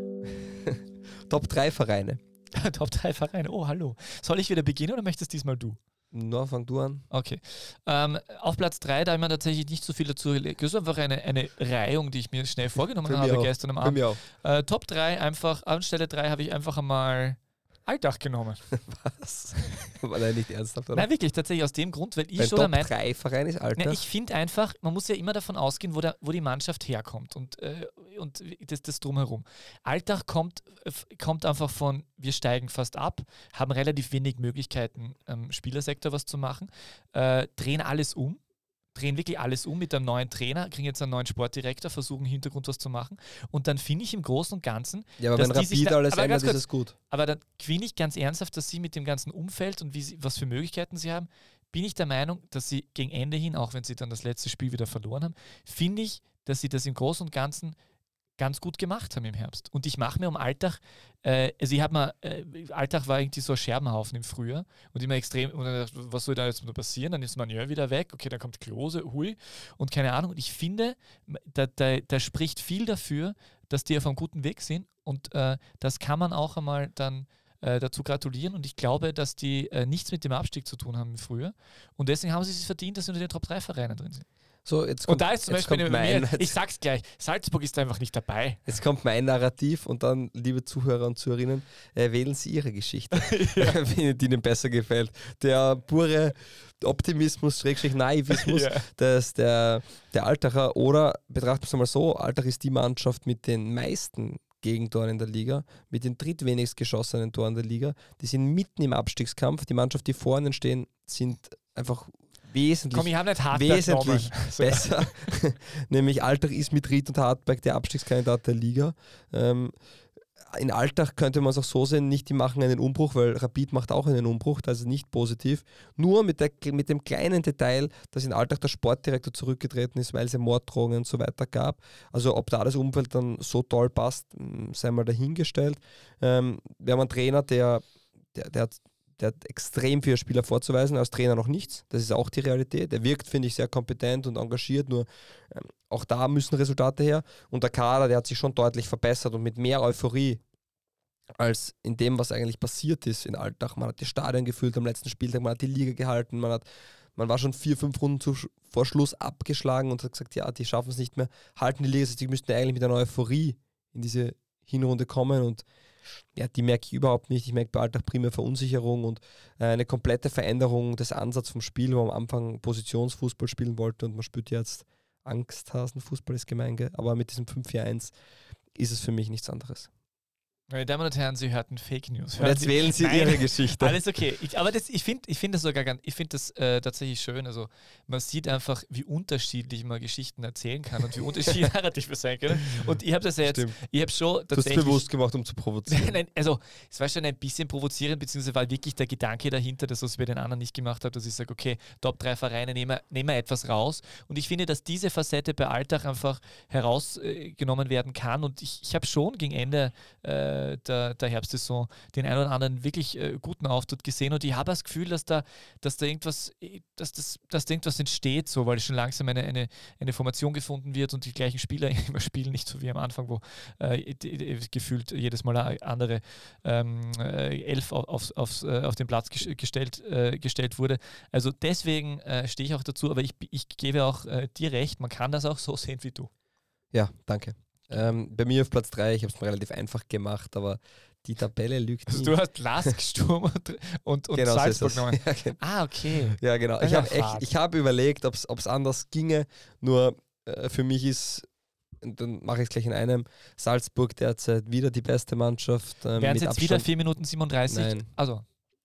Top 3 Vereine. Top 3 Vereine, oh hallo. Soll ich wieder beginnen oder möchtest diesmal du? Na, fang du an. Okay. Auf Platz 3, da haben wir tatsächlich nicht so viel dazu gelegt. Das ist einfach eine Reihung, die ich mir schnell vorgenommen habe gestern am Abend. Top 3 einfach, an Stelle 3 habe ich einfach einmal Alltag genommen. Was? War der nicht ernsthaft, oder? Nein, wirklich, tatsächlich aus dem Grund, weil ich schon Top 3 Verein ist Alltag. Ich finde einfach, man muss ja immer davon ausgehen, wo die Mannschaft herkommt und das Drumherum. Alltag kommt einfach von, wir steigen fast ab, haben relativ wenig Möglichkeiten, im Spielersektor was zu machen, drehen wirklich alles um mit einem neuen Trainer, kriegen jetzt einen neuen Sportdirektor, versuchen im Hintergrund was zu machen und dann finde ich im Großen und Ganzen... Ja, aber wenn Rapid alles ändert, ist es gut. Aber dann finde ich ganz ernsthaft, dass sie mit dem ganzen Umfeld und was für Möglichkeiten sie haben, bin ich der Meinung, dass sie gegen Ende hin, auch wenn sie dann das letzte Spiel wieder verloren haben, finde ich, dass sie das im Großen und Ganzen ganz gut gemacht haben im Herbst. Und ich mache mir um Alltag, Alltag war irgendwie so ein Scherbenhaufen im Frühjahr und immer extrem, und dann, was soll da jetzt noch passieren? Dann ist Manuel wieder weg, okay, dann kommt Klose, hui, und keine Ahnung. Und ich finde, da spricht viel dafür, dass die auf einem guten Weg sind und das kann man auch einmal dann dazu gratulieren und ich glaube, dass die nichts mit dem Abstieg zu tun haben im Frühjahr und deswegen haben sie es verdient, dass sie unter den Top 3 Vereinen drin sind. So, jetzt kommt, und da ist zum Beispiel ich sag's gleich, Salzburg ist einfach nicht dabei. Jetzt kommt mein Narrativ und dann, liebe Zuhörer und Zuhörerinnen, wählen Sie Ihre Geschichte, wenn Ihnen besser gefällt. Der pure Optimismus, Naivismus, dass der Altacher, oder betrachten wir es mal so, Altach ist die Mannschaft mit den meisten Gegentoren in der Liga, mit den drittwenigst geschossenen Toren der Liga. Die sind mitten im Abstiegskampf. Die Mannschaft, die vorne stehen, sind einfach wesentlich besser. Nämlich Altach ist mit Ried und Hartberg der Abstiegskandidat der Liga. In Altach könnte man es auch so sehen, nicht die machen einen Umbruch, weil Rapid macht auch einen Umbruch, das ist nicht positiv. Nur mit dem kleinen Detail, dass in Altach der Sportdirektor zurückgetreten ist, weil es Morddrohungen und so weiter gab. Also ob da das Umfeld dann so toll passt, sei mal dahingestellt. Wir haben einen Trainer, der hat extrem viele Spieler vorzuweisen, als Trainer noch nichts. Das ist auch die Realität. Er wirkt, finde ich, sehr kompetent und engagiert, nur auch da müssen Resultate her. Und der Kader, der hat sich schon deutlich verbessert und mit mehr Euphorie als in dem, was eigentlich passiert ist in Altach. Man hat die Stadien gefüllt am letzten Spieltag, man hat die Liga gehalten, man war schon 4-5 Runden vor Schluss abgeschlagen und hat gesagt, ja, die schaffen es nicht mehr, halten die Liga, die müssten eigentlich mit einer Euphorie in diese Hinrunde kommen und ja, die merke ich überhaupt nicht. Ich merke bei Alltag primär Verunsicherung und eine komplette Veränderung des Ansatzes vom Spiel, wo man am Anfang Positionsfußball spielen wollte und man spielt jetzt Angsthasenfußball, ist gemein, aber mit diesem 5-4-1 ist es für mich nichts anderes. Meine Damen und Herren, Sie hörten Fake News. Und jetzt wählen Sie Ihre Geschichte. Alles okay. Ich finde das sogar tatsächlich schön. Also man sieht einfach, wie unterschiedlich man Geschichten erzählen kann und wie unterschiedlich Narrative sein können. Und ich habe das ja jetzt, ich habe schon tatsächlich... Du hast es bewusst gemacht, um zu provozieren. Nein, also es war schon ein bisschen provozierend, beziehungsweise war wirklich der Gedanke dahinter, dass was ich bei den anderen nicht gemacht habe, dass ich sage, okay, Top 3 Vereine, nehmen wir etwas raus. Und ich finde, dass diese Facette bei Alltag einfach herausgenommen werden kann. Und ich habe schon gegen Ende der Herbstsaison den einen oder anderen wirklich guten Auftritt gesehen und ich habe das Gefühl, dass da irgendwas entsteht, so, weil schon langsam eine Formation gefunden wird und die gleichen Spieler immer spielen, nicht so wie am Anfang, wo gefühlt jedes Mal eine andere Elf auf den Platz gestellt wurde. Also deswegen stehe ich auch dazu, aber ich gebe auch dir recht, man kann das auch so sehen wie du. Ja, danke. Bei mir auf Platz 3, ich habe es mir relativ einfach gemacht, aber die Tabelle lügt nicht. Du hast Lask, Sturm und genau, Salzburg so genommen. Ja, genau. Okay. Ja, genau. Ich habe überlegt, ob es anders ginge, nur für mich ist, dann mache ich es gleich in einem, Salzburg derzeit wieder die beste Mannschaft. Wären es jetzt Abstand. wieder 4 Minuten 37? Nein. Also.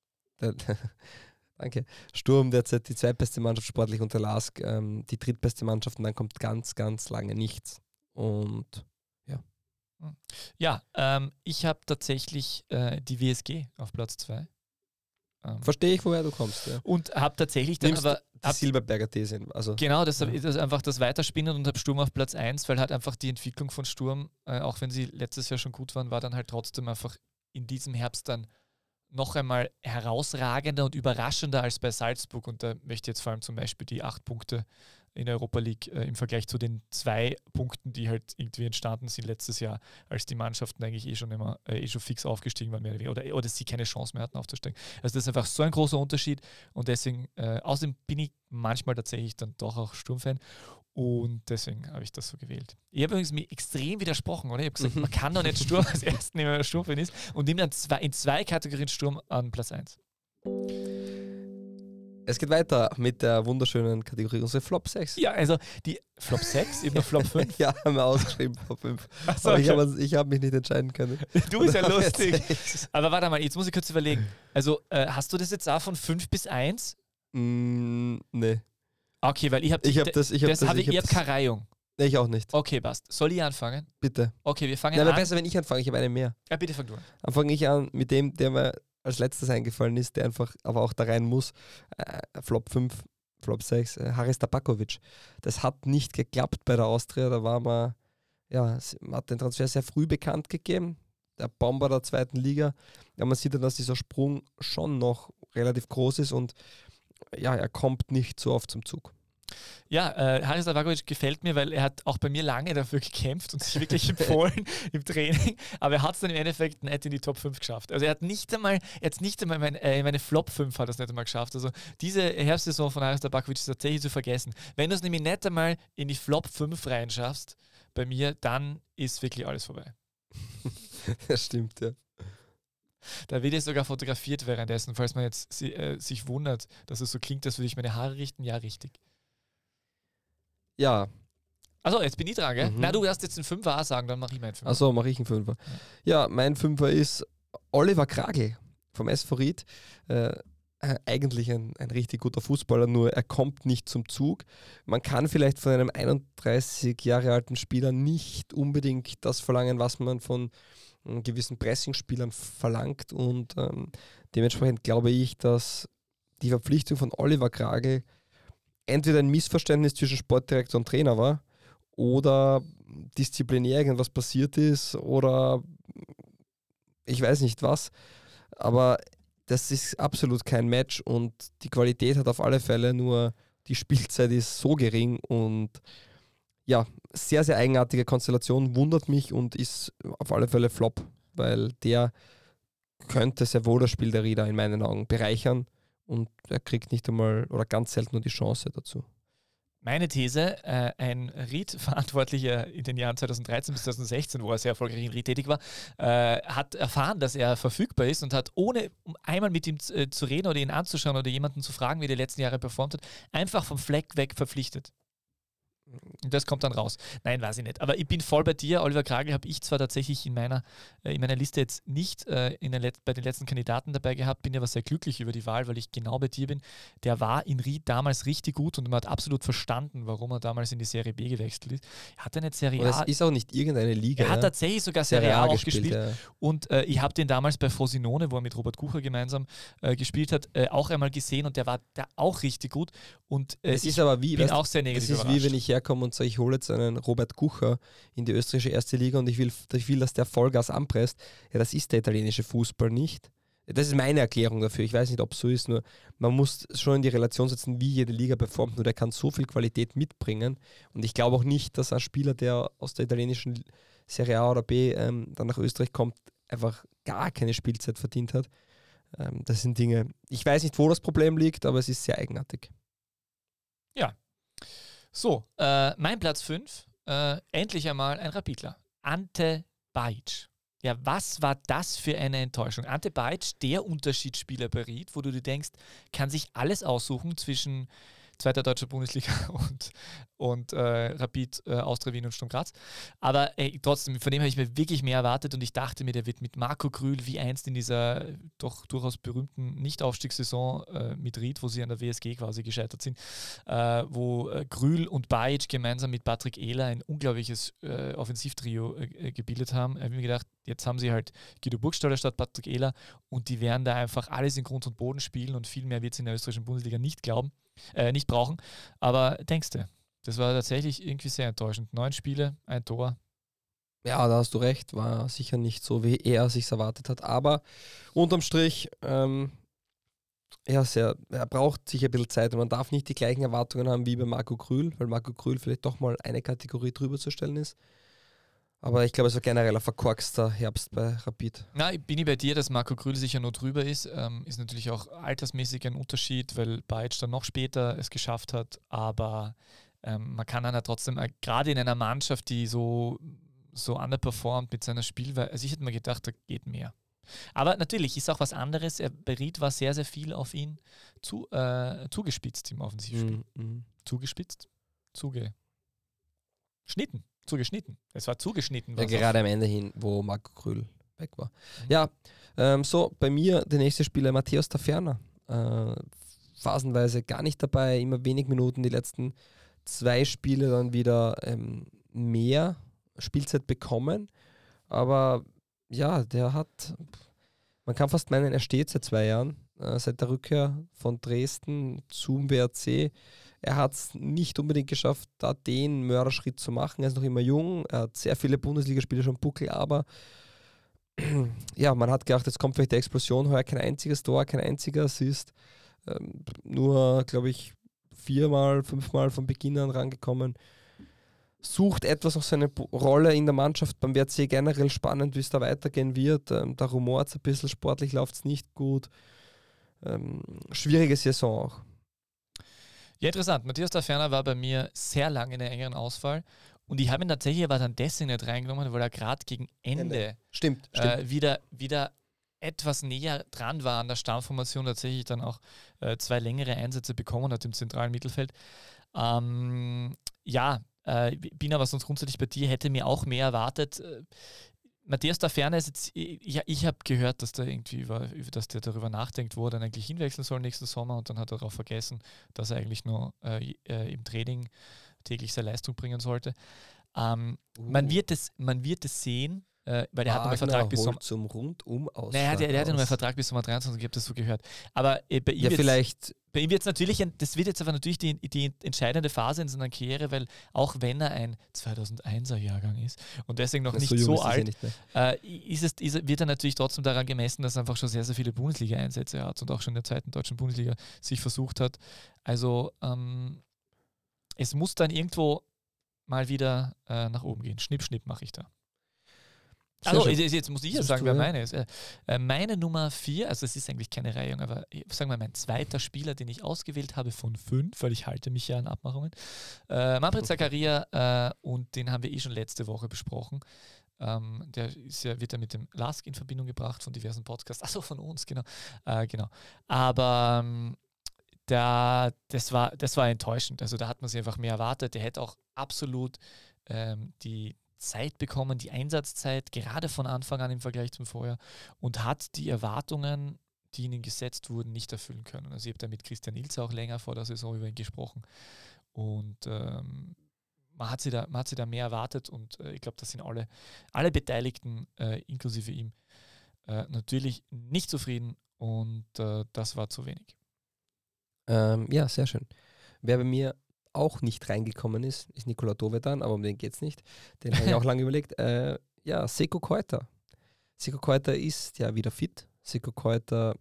Danke. Sturm derzeit die zweitbeste Mannschaft sportlich unter Lask, die drittbeste Mannschaft und dann kommt ganz, ganz lange nichts. Und ja, ich habe tatsächlich die WSG auf Platz 2. Verstehe ich, woher du kommst. Ja. Und habe tatsächlich dann aber die Silberberger These. Also, genau, das ist einfach das Weiterspinnen und habe Sturm auf Platz 1, weil halt einfach die Entwicklung von Sturm, auch wenn sie letztes Jahr schon gut waren, war dann halt trotzdem einfach in diesem Herbst dann noch einmal herausragender und überraschender als bei Salzburg. Und da möchte ich jetzt vor allem zum Beispiel die 8 Punkte in der Europa League im Vergleich zu den 2 Punkten, die halt irgendwie entstanden sind letztes Jahr, als die Mannschaften eigentlich schon fix aufgestiegen waren, mehr oder sie keine Chance mehr hatten aufzusteigen. Also das ist einfach so ein großer Unterschied und deswegen, außerdem bin ich manchmal tatsächlich dann doch auch Sturmfan und deswegen habe ich das so gewählt. Ich habe übrigens mir extrem widersprochen, oder? Ich habe gesagt, man kann doch nicht Sturm als Ersten nehmen, wenn man Sturmfan ist und nehme dann in 2 Kategorien Sturm an Platz 1. Es geht weiter mit der wunderschönen Kategorie, unsere Flop 6. Ja, also die Flop 6, eben noch Flop 5. Ja, haben wir ausgeschrieben, Flop 5. So, aber ich hab mich nicht entscheiden können. Du bist ja lustig. Aber warte mal, jetzt muss ich kurz überlegen. Also, hast du das jetzt auch von 5 bis 1? Nee. Okay, weil ich habe keine Reihung. Nee, ich auch nicht. Okay, passt. Soll ich anfangen? Bitte. Okay, wir fangen an. Aber besser, wenn ich anfange, ich habe eine mehr. Ja, bitte fang du an. Dann fange ich an mit dem, der mir als letztes eingefallen ist, der einfach aber auch da rein muss. Flop 5, Flop 6, Haris Tabakovic. Das hat nicht geklappt bei der Austria, da war man hat den Transfer sehr früh bekannt gegeben. Der Bomber der 2. Liga. Ja, man sieht dann, dass dieser Sprung schon noch relativ groß ist und ja, er kommt nicht so oft zum Zug. Ja, Haris Tabakovic gefällt mir, weil er hat auch bei mir lange dafür gekämpft und sich wirklich empfohlen im Training, aber er hat es dann im Endeffekt nicht in die Top 5 geschafft. Also er hat nicht einmal meine Flop 5 hat er es nicht einmal geschafft. Also diese Herbstsaison von Haris Tabakovic ist tatsächlich zu vergessen. Wenn du es nämlich nicht einmal in die Flop 5 reinschaffst, bei mir, dann ist wirklich alles vorbei. Das stimmt, ja. Da wird jetzt sogar fotografiert währenddessen, falls man jetzt sich wundert, dass es so klingt, als würde ich meine Haare richten. Ja, richtig. Ja. Achso, jetzt bin ich dran, gell? Na, du darfst jetzt einen 5er sagen, dann mache ich meinen 5er. Achso, mache ich einen 5er. Ja, mein 5er ist Oliver Kragl vom SV Ried. Eigentlich ein richtig guter Fußballer, nur er kommt nicht zum Zug. Man kann vielleicht von einem 31 Jahre alten Spieler nicht unbedingt das verlangen, was man von gewissen Pressingspielern verlangt und dementsprechend glaube ich, dass die Verpflichtung von Oliver Kragl entweder ein Missverständnis zwischen Sportdirektor und Trainer war oder disziplinär irgendwas passiert ist oder ich weiß nicht was, aber das ist absolut kein Match und die Qualität hat auf alle Fälle, nur die Spielzeit ist so gering und ja, sehr, sehr eigenartige Konstellation, wundert mich und ist auf alle Fälle Flop, weil der könnte sehr wohl das Spiel der Rieder in meinen Augen bereichern und er kriegt nicht einmal oder ganz selten nur die Chance dazu. Meine These, ein Ried-Verantwortlicher in den Jahren 2013 bis 2016, wo er sehr erfolgreich in Ried tätig war, hat erfahren, dass er verfügbar ist und hat, ohne einmal mit ihm zu reden oder ihn anzuschauen oder jemanden zu fragen, wie er die letzten Jahre performt hat, einfach vom Fleck weg verpflichtet. Das kommt dann raus. Nein, weiß ich nicht. Aber ich bin voll bei dir. Oliver Kragl habe ich zwar tatsächlich in meiner Liste jetzt nicht bei den letzten Kandidaten dabei gehabt, bin aber sehr glücklich über die Wahl, weil ich genau bei dir bin. Der war in Ried damals richtig gut und man hat absolut verstanden, warum er damals in die Serie B gewechselt ist. Er hat eine Serie A. Und es ist auch nicht irgendeine Liga. Er hat tatsächlich sogar Serie A auch gespielt. Ja. Und ich habe den damals bei Frosinone, wo er mit Robert Kucher gemeinsam gespielt hat, auch einmal gesehen und der war da auch richtig gut. Und es ist aber wie, bin auch sehr negativ überrascht. Es ist wie, wenn ich herkomme und sage, ich hole jetzt einen Robert Kucher in die österreichische erste Liga und ich will, dass der Vollgas anpresst. Ja, das ist der italienische Fußball nicht. Das ist meine Erklärung dafür. Ich weiß nicht, ob es so ist, nur man muss schon in die Relation setzen, wie jede Liga performt. Nur der kann so viel Qualität mitbringen. Und ich glaube auch nicht, dass ein Spieler, der aus der italienischen Serie A oder B dann nach Österreich kommt, einfach gar keine Spielzeit verdient hat. Das sind Dinge, ich weiß nicht, wo das Problem liegt, aber es ist sehr eigenartig. Ja. So, mein Platz 5, endlich einmal ein Rapidler. Ante Bajic. Ja, was war das für eine Enttäuschung? Ante Bajic, der Unterschiedsspieler bei Ried, wo du dir denkst, kann sich alles aussuchen zwischen zweiter deutscher Bundesliga und Rapid, Austria Wien und Sturm Graz. Aber trotzdem, von dem habe ich mir wirklich mehr erwartet und ich dachte mir, der wird mit Marco Grühl wie einst in dieser doch durchaus berühmten Nicht-Aufstiegssaison mit Ried, wo sie an der WSG quasi gescheitert sind, wo Grühl und Bajic gemeinsam mit Patrick Ehler ein unglaubliches Offensivtrio gebildet haben. Ich habe mir gedacht, jetzt haben sie halt Guido Burgstaller statt Patrick Ehler und die werden da einfach alles in Grund und Boden spielen und viel mehr wird es in der österreichischen Bundesliga nicht brauchen. Aber denkst du, das war tatsächlich irgendwie sehr enttäuschend. 9 Spiele, ein Tor. Ja, da hast du recht, war sicher nicht so, wie er sich erwartet hat. Aber unterm Strich, er braucht sicher ein bisschen Zeit und man darf nicht die gleichen Erwartungen haben wie bei Marco Grühl, weil Marco Grühl vielleicht doch mal eine Kategorie drüber zu stellen ist. Aber ich glaube, es war generell ein verkorkster Herbst bei Rapid. Na, bin ich bei dir, dass Marco Grühl sicher noch drüber ist. Ist natürlich auch altersmäßig ein Unterschied, weil Bajic dann noch später es geschafft hat. Aber man kann dann ja trotzdem, gerade in einer Mannschaft, die so underperformt mit seiner Spielweise, also ich hätte mir gedacht, da geht mehr. Aber natürlich ist auch was anderes. Bei Ried war sehr, sehr viel auf ihn zugespitzt im Offensivspiel. Zugespitzt? Zugeschnitten. Es war zugeschnitten. Ja, gerade am Ende hin, wo Marco Grühl weg war. Ja, so bei mir der nächste Spieler Matthäus Taferner. Phasenweise gar nicht dabei, immer wenig Minuten, die letzten 2 Spiele dann wieder mehr Spielzeit bekommen. Aber ja, man kann fast meinen, er steht seit 2 Jahren, seit der Rückkehr von Dresden zum WRC. Er hat es nicht unbedingt geschafft, da den Mörderschritt zu machen. Er ist noch immer jung, er hat sehr viele Bundesligaspiele schon Buckel, aber ja, man hat gedacht, jetzt kommt vielleicht die Explosion, heuer kein einziges Tor, kein einziger Assist. Nur, glaube ich, 5-mal von Beginn an rangekommen. Sucht etwas auf seine Rolle in der Mannschaft beim WRC, generell spannend, wie es da weitergehen wird. Da rumort es ein bisschen, sportlich läuft es nicht gut. Schwierige Saison auch. Ja, interessant. Matthäus Taferner war bei mir sehr lange in der engeren Auswahl und ich habe ihn tatsächlich aber dann deswegen nicht reingenommen, weil er gerade gegen Ende Stimmt. Wieder etwas näher dran war an der Stammformation, tatsächlich dann auch 2 längere Einsätze bekommen hat im zentralen Mittelfeld. Bin aber sonst grundsätzlich bei dir, hätte mir auch mehr erwartet. Matthäus Taferner ist jetzt, ich habe gehört, dass der darüber nachdenkt, wo er dann eigentlich hinwechseln soll nächsten Sommer und dann hat er darauf vergessen, dass er eigentlich nur im Training täglich seine Leistung bringen sollte. Man wird es sehen, weil er hat noch einen Vertrag bis Sommer. Zum Rundum-Ausschlag. Er hat ja noch einen Vertrag bis Sommer 23, ich habe das so gehört. Aber bei ihm wird es natürlich, das wird jetzt aber natürlich die entscheidende Phase in seiner Karriere, weil auch wenn er ein 2001er Jahrgang ist und deswegen noch nicht so alt, wird er natürlich trotzdem daran gemessen, dass er einfach schon sehr, sehr viele Bundesliga-Einsätze hat und auch schon in der 2. deutschen Bundesliga sich versucht hat. Also es muss dann irgendwo mal wieder nach oben gehen. Schnipp, schnipp mache ich da. Also, jetzt muss ich ja sagen, wer meine ist. Meine Nummer 4, also es ist eigentlich keine Reihung, aber sagen wir mein zweiter Spieler, den ich ausgewählt habe von 5, weil ich halte mich ja an Abmachungen. Manfred Zakaria, und den haben wir schon letzte Woche besprochen. Wird ja mit dem Lask in Verbindung gebracht von diversen Podcasts. Achso, von uns, genau. Aber das war enttäuschend. Also da hat man sich einfach mehr erwartet. Der hätte auch absolut die Zeit bekommen, die Einsatzzeit, gerade von Anfang an im Vergleich zum Vorjahr, und hat die Erwartungen, die ihnen gesetzt wurden, nicht erfüllen können. Also ich habe da mit Christian Ilse auch länger vor der Saison über ihn gesprochen und man hat sie da mehr erwartet und ich glaube, da sind alle Beteiligten, inklusive ihm, natürlich nicht zufrieden und das war zu wenig. Ja, sehr schön. Wer bei mir auch nicht reingekommen ist Nikola Dovedan, aber um den geht es nicht. Den habe ich auch lange überlegt. Ja, Seko Koita. Seko Koita ist ja wieder fit. Seko Koita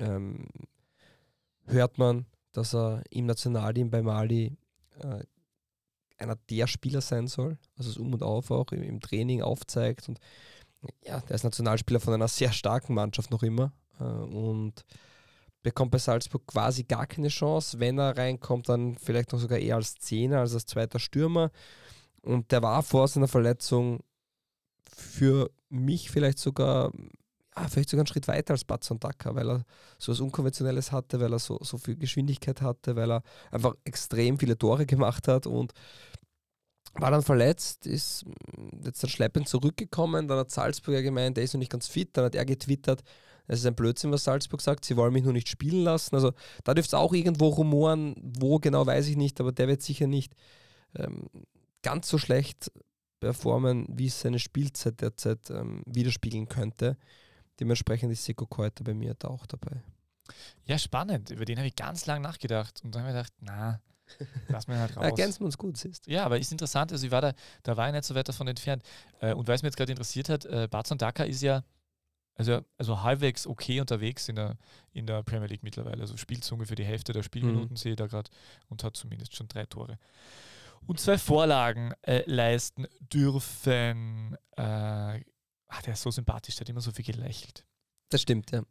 hört man, dass er im Nationalteam bei Mali einer der Spieler sein soll. Also es Um und Auf auch im Training aufzeigt. Und ja, der ist Nationalspieler von einer sehr starken Mannschaft noch immer. Und bekommt bei Salzburg quasi gar keine Chance. Wenn er reinkommt, dann vielleicht noch sogar eher als Zehner, als zweiter Stürmer. Und der war vor seiner Verletzung für mich vielleicht sogar einen Schritt weiter als Batson Daka, weil er so was Unkonventionelles hatte, weil er so viel Geschwindigkeit hatte, weil er einfach extrem viele Tore gemacht hat und war dann verletzt, ist jetzt dann schleppend zurückgekommen. Dann hat Salzburg ja gemeint, der ist noch nicht ganz fit. Dann hat er getwittert, es ist ein Blödsinn, was Salzburg sagt, sie wollen mich nur nicht spielen lassen. Also da dürfte es auch irgendwo rumoren, wo genau weiß ich nicht, aber der wird sicher nicht ganz so schlecht performen, wie es seine Spielzeit derzeit widerspiegeln könnte. Dementsprechend ist Seko Koita bei mir da auch dabei. Ja, spannend. Über den habe ich ganz lange nachgedacht und dann habe ich gedacht, na, lass mir halt raus. Ergänzen wir uns gut, siehst. Ja, aber ist interessant. Also ich war da war ich nicht so weit davon entfernt. Und weil es mir jetzt gerade interessiert hat, Batson Daka ist ja also halbwegs okay unterwegs in der Premier League mittlerweile. Also spielt so ungefähr die Hälfte der Spielminuten, sehe ich da gerade, und hat zumindest schon 3 Tore. Und 2 Vorlagen leisten dürfen. Der ist so sympathisch, der hat immer so viel gelächelt. Das stimmt, ja.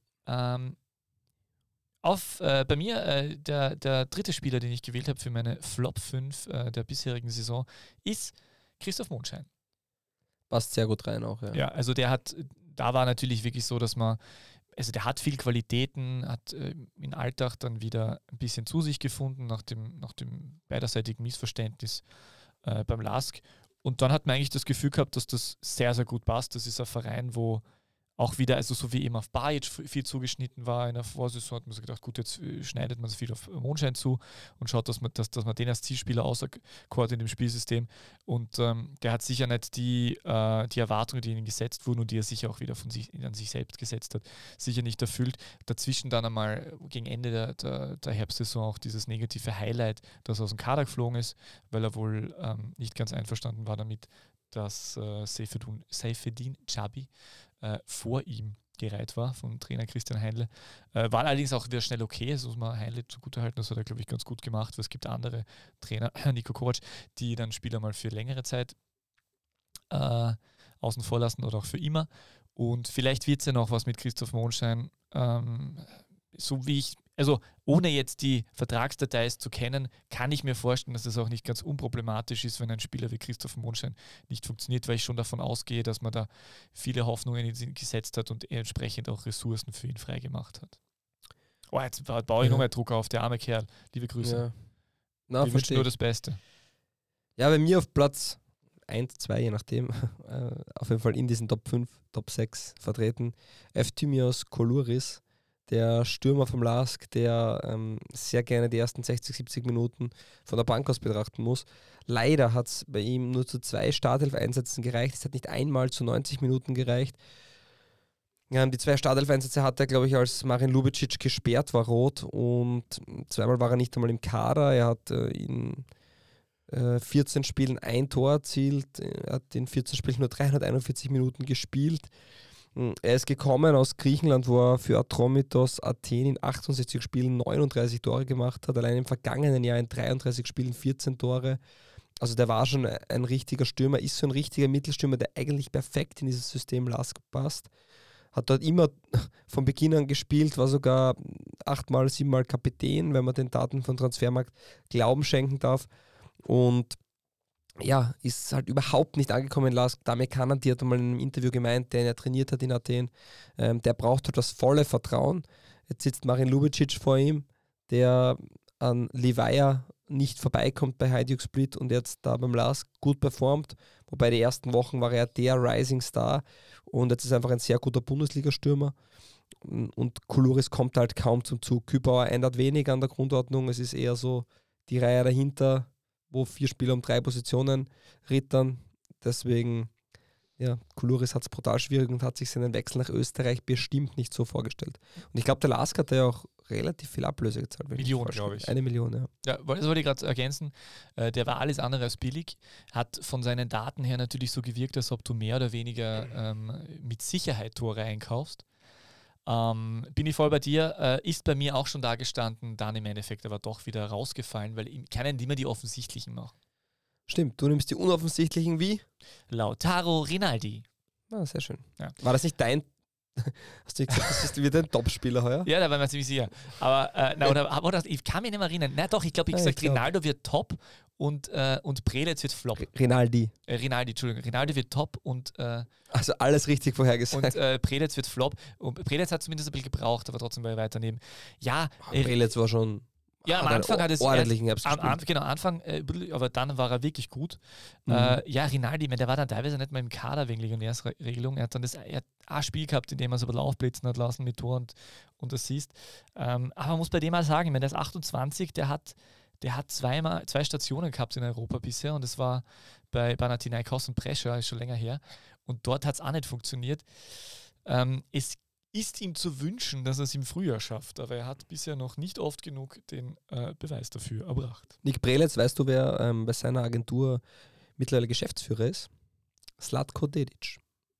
Bei mir, der dritte Spieler, den ich gewählt habe für meine Flop 5 der bisherigen Saison, ist Christoph Mondschein. Passt sehr gut rein auch, ja. Ja, also da war natürlich wirklich so, dass der hat viel Qualitäten, hat in Alltag dann wieder ein bisschen zu sich gefunden nach dem beiderseitigen Missverständnis beim LASK. Und dann hat man eigentlich das Gefühl gehabt, dass das sehr, sehr gut passt. Das ist ein Verein, wo auch wieder, also so wie eben auf Bajic viel zugeschnitten war in der Vorsaison, hat man so gedacht, gut, jetzt schneidet man so viel auf Mondschein zu und schaut, dass man den als Zielspieler auserkoren in dem Spielsystem. Und der hat sicher nicht die Erwartungen, die ihnen gesetzt wurden und die er sicher auch wieder an sich selbst gesetzt hat, sicher nicht erfüllt. Dazwischen dann einmal gegen Ende der Herbstsaison auch dieses negative Highlight, das aus dem Kader geflogen ist, weil er wohl nicht ganz einverstanden war damit, dass Seyfedin Chabi vor ihm gereiht war, vom Trainer Christian Heinle. War allerdings auch wieder schnell okay, das muss man Heinle zugutehalten, das hat er, glaube ich, ganz gut gemacht, weil es gibt andere Trainer, Niko Kovac, die dann Spieler mal für längere Zeit außen vor lassen oder auch für immer. Und vielleicht wird es ja noch was mit Christoph Mondschein, so wie also ohne jetzt die Vertragsdetails zu kennen, kann ich mir vorstellen, dass es auch nicht ganz unproblematisch ist, wenn ein Spieler wie Christoph Mondschein nicht funktioniert, weil ich schon davon ausgehe, dass man da viele Hoffnungen in ihn gesetzt hat und er entsprechend auch Ressourcen für ihn freigemacht hat. Oh, jetzt baue ich noch mehr Druck auf, der arme Kerl. Liebe Grüße. Ja. Ich wünsche nur das Beste. Ja, bei mir auf Platz 1, 2, je nachdem, auf jeden Fall in diesen Top 5, Top 6 vertreten, Efthymios Koulouris, der Stürmer vom LASK, der sehr gerne die ersten 60, 70 Minuten von der Bank aus betrachten muss. Leider hat es bei ihm nur zu 2 Startelf-Einsätzen gereicht. Es hat nicht einmal zu 90 Minuten gereicht. Ja, die 2 Startelf-Einsätze hat er, glaube ich, als Marin Lubicic gesperrt war, rot. Und zweimal war er nicht einmal im Kader. Er hat in 14 Spielen 1 Tor erzielt. Er hat in 14 Spielen nur 341 Minuten gespielt. Er ist gekommen aus Griechenland, wo er für Atromitos Athen in 68 Spielen 39 Tore gemacht hat. Allein im vergangenen Jahr in 33 Spielen 14 Tore. Also der war schon ein richtiger Stürmer, ist so ein richtiger Mittelstürmer, der eigentlich perfekt in dieses System LASK passt. Hat dort immer von Beginn an gespielt, war sogar 8-mal, 7-mal Kapitän, wenn man den Daten von Transfermarkt Glauben schenken darf. Und ja, ist halt überhaupt nicht angekommen in LASK. Damir Kanadi hat einmal in einem Interview gemeint, der ihn ja trainiert hat in Athen, der braucht halt das volle Vertrauen. Jetzt sitzt Marin Lubicic vor ihm, der an Leweia nicht vorbeikommt bei Hajduk Split und jetzt da beim LASK gut performt, wobei die ersten Wochen war er der Rising Star und jetzt ist einfach ein sehr guter Bundesliga-Stürmer und Koulouris kommt halt kaum zum Zug. Kübauer ändert wenig an der Grundordnung, es ist eher so die Reihe dahinter, wo 4 Spieler um 3 Positionen rittern, deswegen ja, Koulouris hat es brutal schwierig und hat sich seinen Wechsel nach Österreich bestimmt nicht so vorgestellt. Und ich glaube, der LASK hat ja auch relativ viel Ablöse gezahlt. Millionen, glaube ich. 1 Million, ja. Ja, das wollte ich gerade ergänzen. Der war alles andere als billig, hat von seinen Daten her natürlich so gewirkt, als ob du mehr oder weniger mit Sicherheit Tore einkaufst. Bin ich voll bei dir, ist bei mir auch schon da gestanden, dann im Endeffekt aber doch wieder rausgefallen, weil ich kann immer die offensichtlichen machen. Stimmt, du nimmst die unoffensichtlichen wie? Lautaro Rinaldi. Ah, sehr schön. Ja. War das nicht dein... Hast du gesagt, das ist wieder ein Topspieler heuer? Ja, da war mir ziemlich sicher. Aber ich kann mich nicht mehr erinnern. Na doch, ich glaube, Ronaldo wird top und Prelec wird flop. Rinaldi, Entschuldigung. Rinaldi wird top und also alles richtig vorhergesagt. Prelec wird flop. Und Prelec hat zumindest ein bisschen gebraucht, aber trotzdem war er weiter neben. Ja, Prelec war schon... Ja, am Anfang hat es ordentlichen Herbst gespielt. Genau, Anfang, aber dann war er wirklich gut. Ja, Rinaldi, der war dann teilweise nicht mal im Kader wegen Legionärsregelung. Er hat dann ein Spiel gehabt, in dem er es aber aufblitzen hat lassen mit Tor und Assist. Aber man muss bei dem mal sagen, der ist 28, der hat 2 Stationen gehabt in Europa bisher und das war bei Panathinaikos und Brescia, ist schon länger her. Und dort hat es auch nicht funktioniert. Es ist ihm zu wünschen, dass er es im Frühjahr schafft, aber er hat bisher noch nicht oft genug den Beweis dafür erbracht. Nick Prelec, weißt du, wer bei seiner Agentur mittlerweile Geschäftsführer ist? Zlatko Dedic.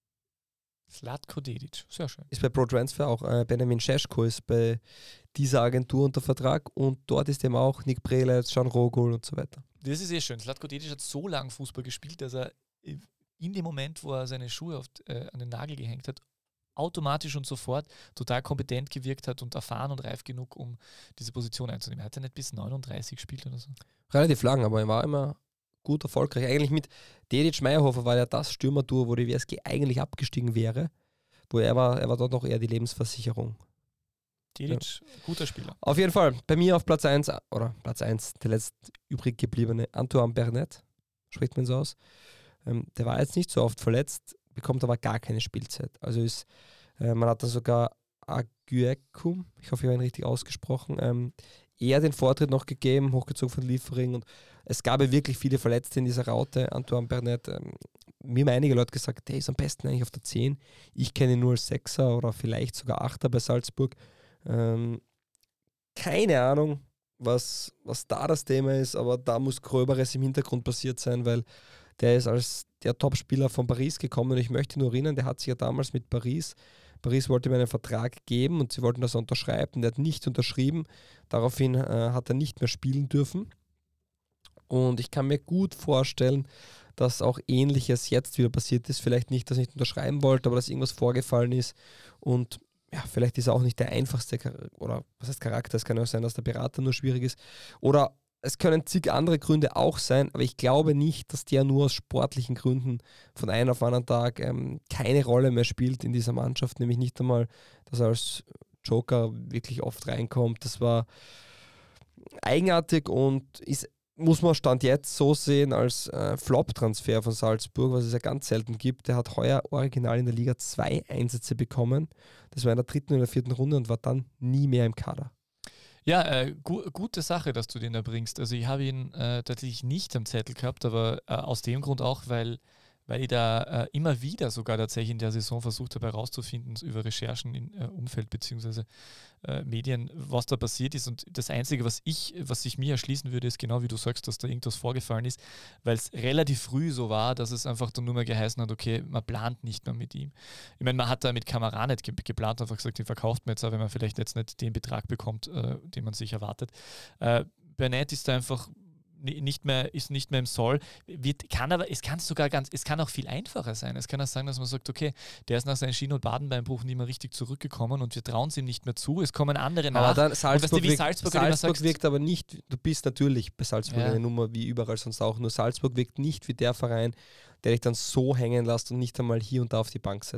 Zlatko Dedic, sehr schön. Ist bei ProTransfer auch. Benjamin Šeško ist bei dieser Agentur unter Vertrag und dort ist eben auch Nick Prelec, Can Rogol und so weiter. Das ist schön. Zlatko Dedic hat so lange Fußball gespielt, dass er in dem Moment, wo er seine Schuhe an den Nagel gehängt hat, automatisch und sofort total kompetent gewirkt hat und erfahren und reif genug, um diese Position einzunehmen. Er hat ja nicht bis 39 gespielt oder so. Relativ lang, aber er war immer gut erfolgreich. Eigentlich mit Dedic Meyerhofer war ja das Stürmerduo, wo die WSG eigentlich abgestiegen wäre. Wo er war dort noch eher die Lebensversicherung. Dedic, guter Spieler. Auf jeden Fall, bei mir auf Platz 1, der letzt übrig gebliebene Antoine Bernet, spricht man so aus. Der war jetzt nicht so oft verletzt, bekommt aber gar keine Spielzeit. Also man hat dann sogar Aguekum, ich hoffe, ich habe ihn richtig ausgesprochen, eher den Vortritt noch gegeben, hochgezogen von Liefering und es gab ja wirklich viele Verletzte in dieser Raute. Antoine Bernet, mir haben einige Leute gesagt, der ist am besten eigentlich auf der 10. Ich kenne ihn nur als 6er oder vielleicht sogar 8er bei Salzburg. Keine Ahnung, was da das Thema ist, aber da muss Gröberes im Hintergrund passiert sein, weil der ist als der Topspieler von Paris gekommen und ich möchte nur erinnern, der hat sich ja damals mit Paris wollte ihm einen Vertrag geben und sie wollten das unterschreiben, der hat nicht unterschrieben, daraufhin hat er nicht mehr spielen dürfen und ich kann mir gut vorstellen, dass auch Ähnliches jetzt wieder passiert ist, vielleicht nicht, dass er nicht unterschreiben wollte, aber dass irgendwas vorgefallen ist und ja, vielleicht ist er auch nicht der einfachste oder was heißt Charakter, es kann auch sein, dass der Berater nur schwierig ist oder es können zig andere Gründe auch sein, aber ich glaube nicht, dass der nur aus sportlichen Gründen von einem auf den anderen Tag keine Rolle mehr spielt in dieser Mannschaft, nämlich nicht einmal, dass er als Joker wirklich oft reinkommt. Das war eigenartig und muss man Stand jetzt so sehen als Flop-Transfer von Salzburg, was es ja ganz selten gibt. Der hat heuer original in der Liga 2 Einsätze bekommen. Das war in der 3. und der 4. Runde und war dann nie mehr im Kader. Ja, gute Sache, dass du den da bringst. Also ich habe ihn tatsächlich nicht am Zettel gehabt, aber aus dem Grund auch, weil ich da immer wieder sogar tatsächlich in der Saison versucht habe herauszufinden über Recherchen im Umfeld bzw. Medien, was da passiert ist. Und das Einzige, was sich mir erschließen würde, ist genau wie du sagst, dass da irgendwas vorgefallen ist, weil es relativ früh so war, dass es einfach dann nur mal geheißen hat, okay, man plant nicht mehr mit ihm. Ich meine, man hat da mit Kamara nicht geplant, einfach gesagt, den verkauft man jetzt, auch wenn man vielleicht jetzt nicht den Betrag bekommt, den man sich erwartet. Bernet ist da einfach nicht mehr im Soll. Es kann auch viel einfacher sein. Es kann auch sein, dass man sagt, okay, der ist nach seinem Schien- und Badenbeinbruch nicht mehr richtig zurückgekommen und wir trauen es ihm nicht mehr zu. Es kommen andere nach. Aber dann Salzburg Salzburg wirkt aber nicht, du bist natürlich bei Salzburg eine Nummer wie überall sonst auch, nur Salzburg wirkt nicht wie der Verein, der dich dann so hängen lässt und nicht einmal hier und da auf die Bank setzt.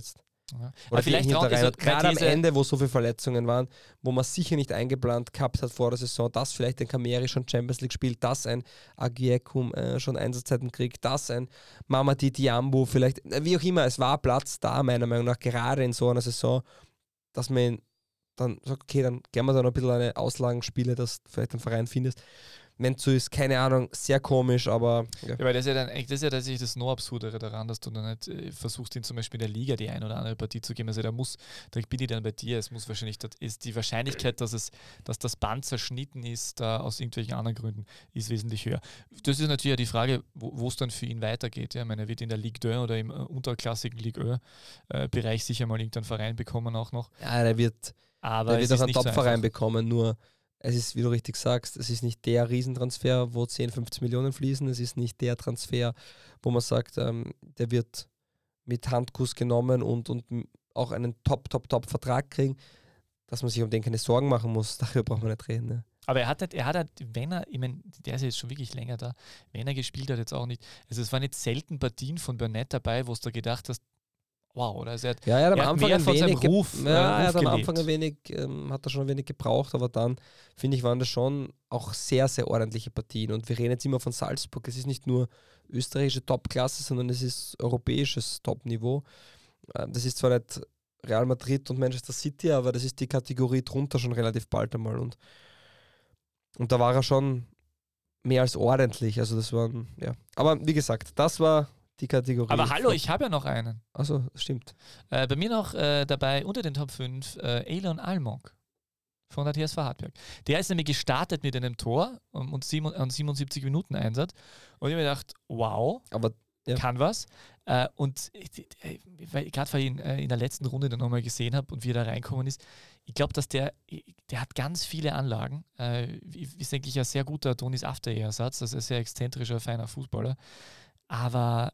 Ja. Oder vielleicht hinter also Reinhardt. Gerade am These- Ende, wo so viele Verletzungen waren, wo man sicher nicht eingeplant gehabt hat vor der Saison, dass vielleicht ein Kameri schon Champions League spielt, dass ein Agiekum schon Einsatzzeiten kriegt, dass ein Mamadi Diambo vielleicht, wie auch immer, es war Platz da, meiner Meinung nach, gerade in so einer Saison, dass man ihn dann sagt, okay, dann gehen wir da noch ein bisschen eine Auslagenspiele, dass du vielleicht einen Verein findest. Wenn es so ist, keine Ahnung, sehr komisch, aber ja. Ja, weil das ist ja tatsächlich das noch absurdere daran, dass du dann nicht versuchst, ihn zum Beispiel in der Liga die ein oder andere Partie zu geben. Also da bin ich dann bei dir, es muss wahrscheinlich, ist die Wahrscheinlichkeit, dass das Band zerschnitten ist, da aus irgendwelchen anderen Gründen, ist wesentlich höher. Das ist natürlich ja die Frage, wo es dann für ihn weitergeht. Ja? Ich meine, er wird in der Ligue 1 oder im unterklassigen Ligue 1 Bereich sicher mal irgendeinen Verein bekommen auch noch. Ja, der wird auch einen Top-Verein bekommen, nur es ist, wie du richtig sagst, es ist nicht der Riesentransfer, wo 10, 15 Millionen fließen. Es ist nicht der Transfer, wo man sagt, der wird mit Handkuss genommen und auch einen Top-Vertrag kriegen, dass man sich um den keine Sorgen machen muss. Darüber braucht man nicht reden. Ne? Aber er hat, wenn er, ich meine, der ist ja jetzt schon wirklich länger da, wenn er gespielt hat, jetzt auch nicht. Also es waren nicht selten Partien von Burnett dabei, wo du da gedacht hast, wow, oder? Also er hat am Anfang mehr von seinem Ruf, er hat am gelebt. Anfang hat er schon ein wenig gebraucht, aber dann, finde ich, waren das schon auch sehr, sehr ordentliche Partien. Und wir reden jetzt immer von Salzburg. Es ist nicht nur österreichische Topklasse, sondern es ist europäisches Topniveau. Das ist zwar nicht Real Madrid und Manchester City, aber das ist die Kategorie drunter schon relativ bald einmal. Und da war er schon mehr als ordentlich. Also das waren, ja. Aber wie gesagt, das war die Kategorie. Aber hallo, ich habe ja noch einen. Achso, das stimmt. Bei mir noch dabei unter den Top 5 Elon Almog von der TSV Hartberg. Der ist nämlich gestartet mit einem Tor und 77 Minuten Einsatz. Und ich habe mir gedacht, wow, aber ja. Kann was. Und gerade weil ich ihn in der letzten Runde dann nochmal gesehen habe und wie er da reinkommen ist, ich glaube, dass der hat ganz viele Anlagen. Ist eigentlich ein sehr guter Donis After-Ersatz, also ein sehr exzentrischer, feiner Fußballer. Aber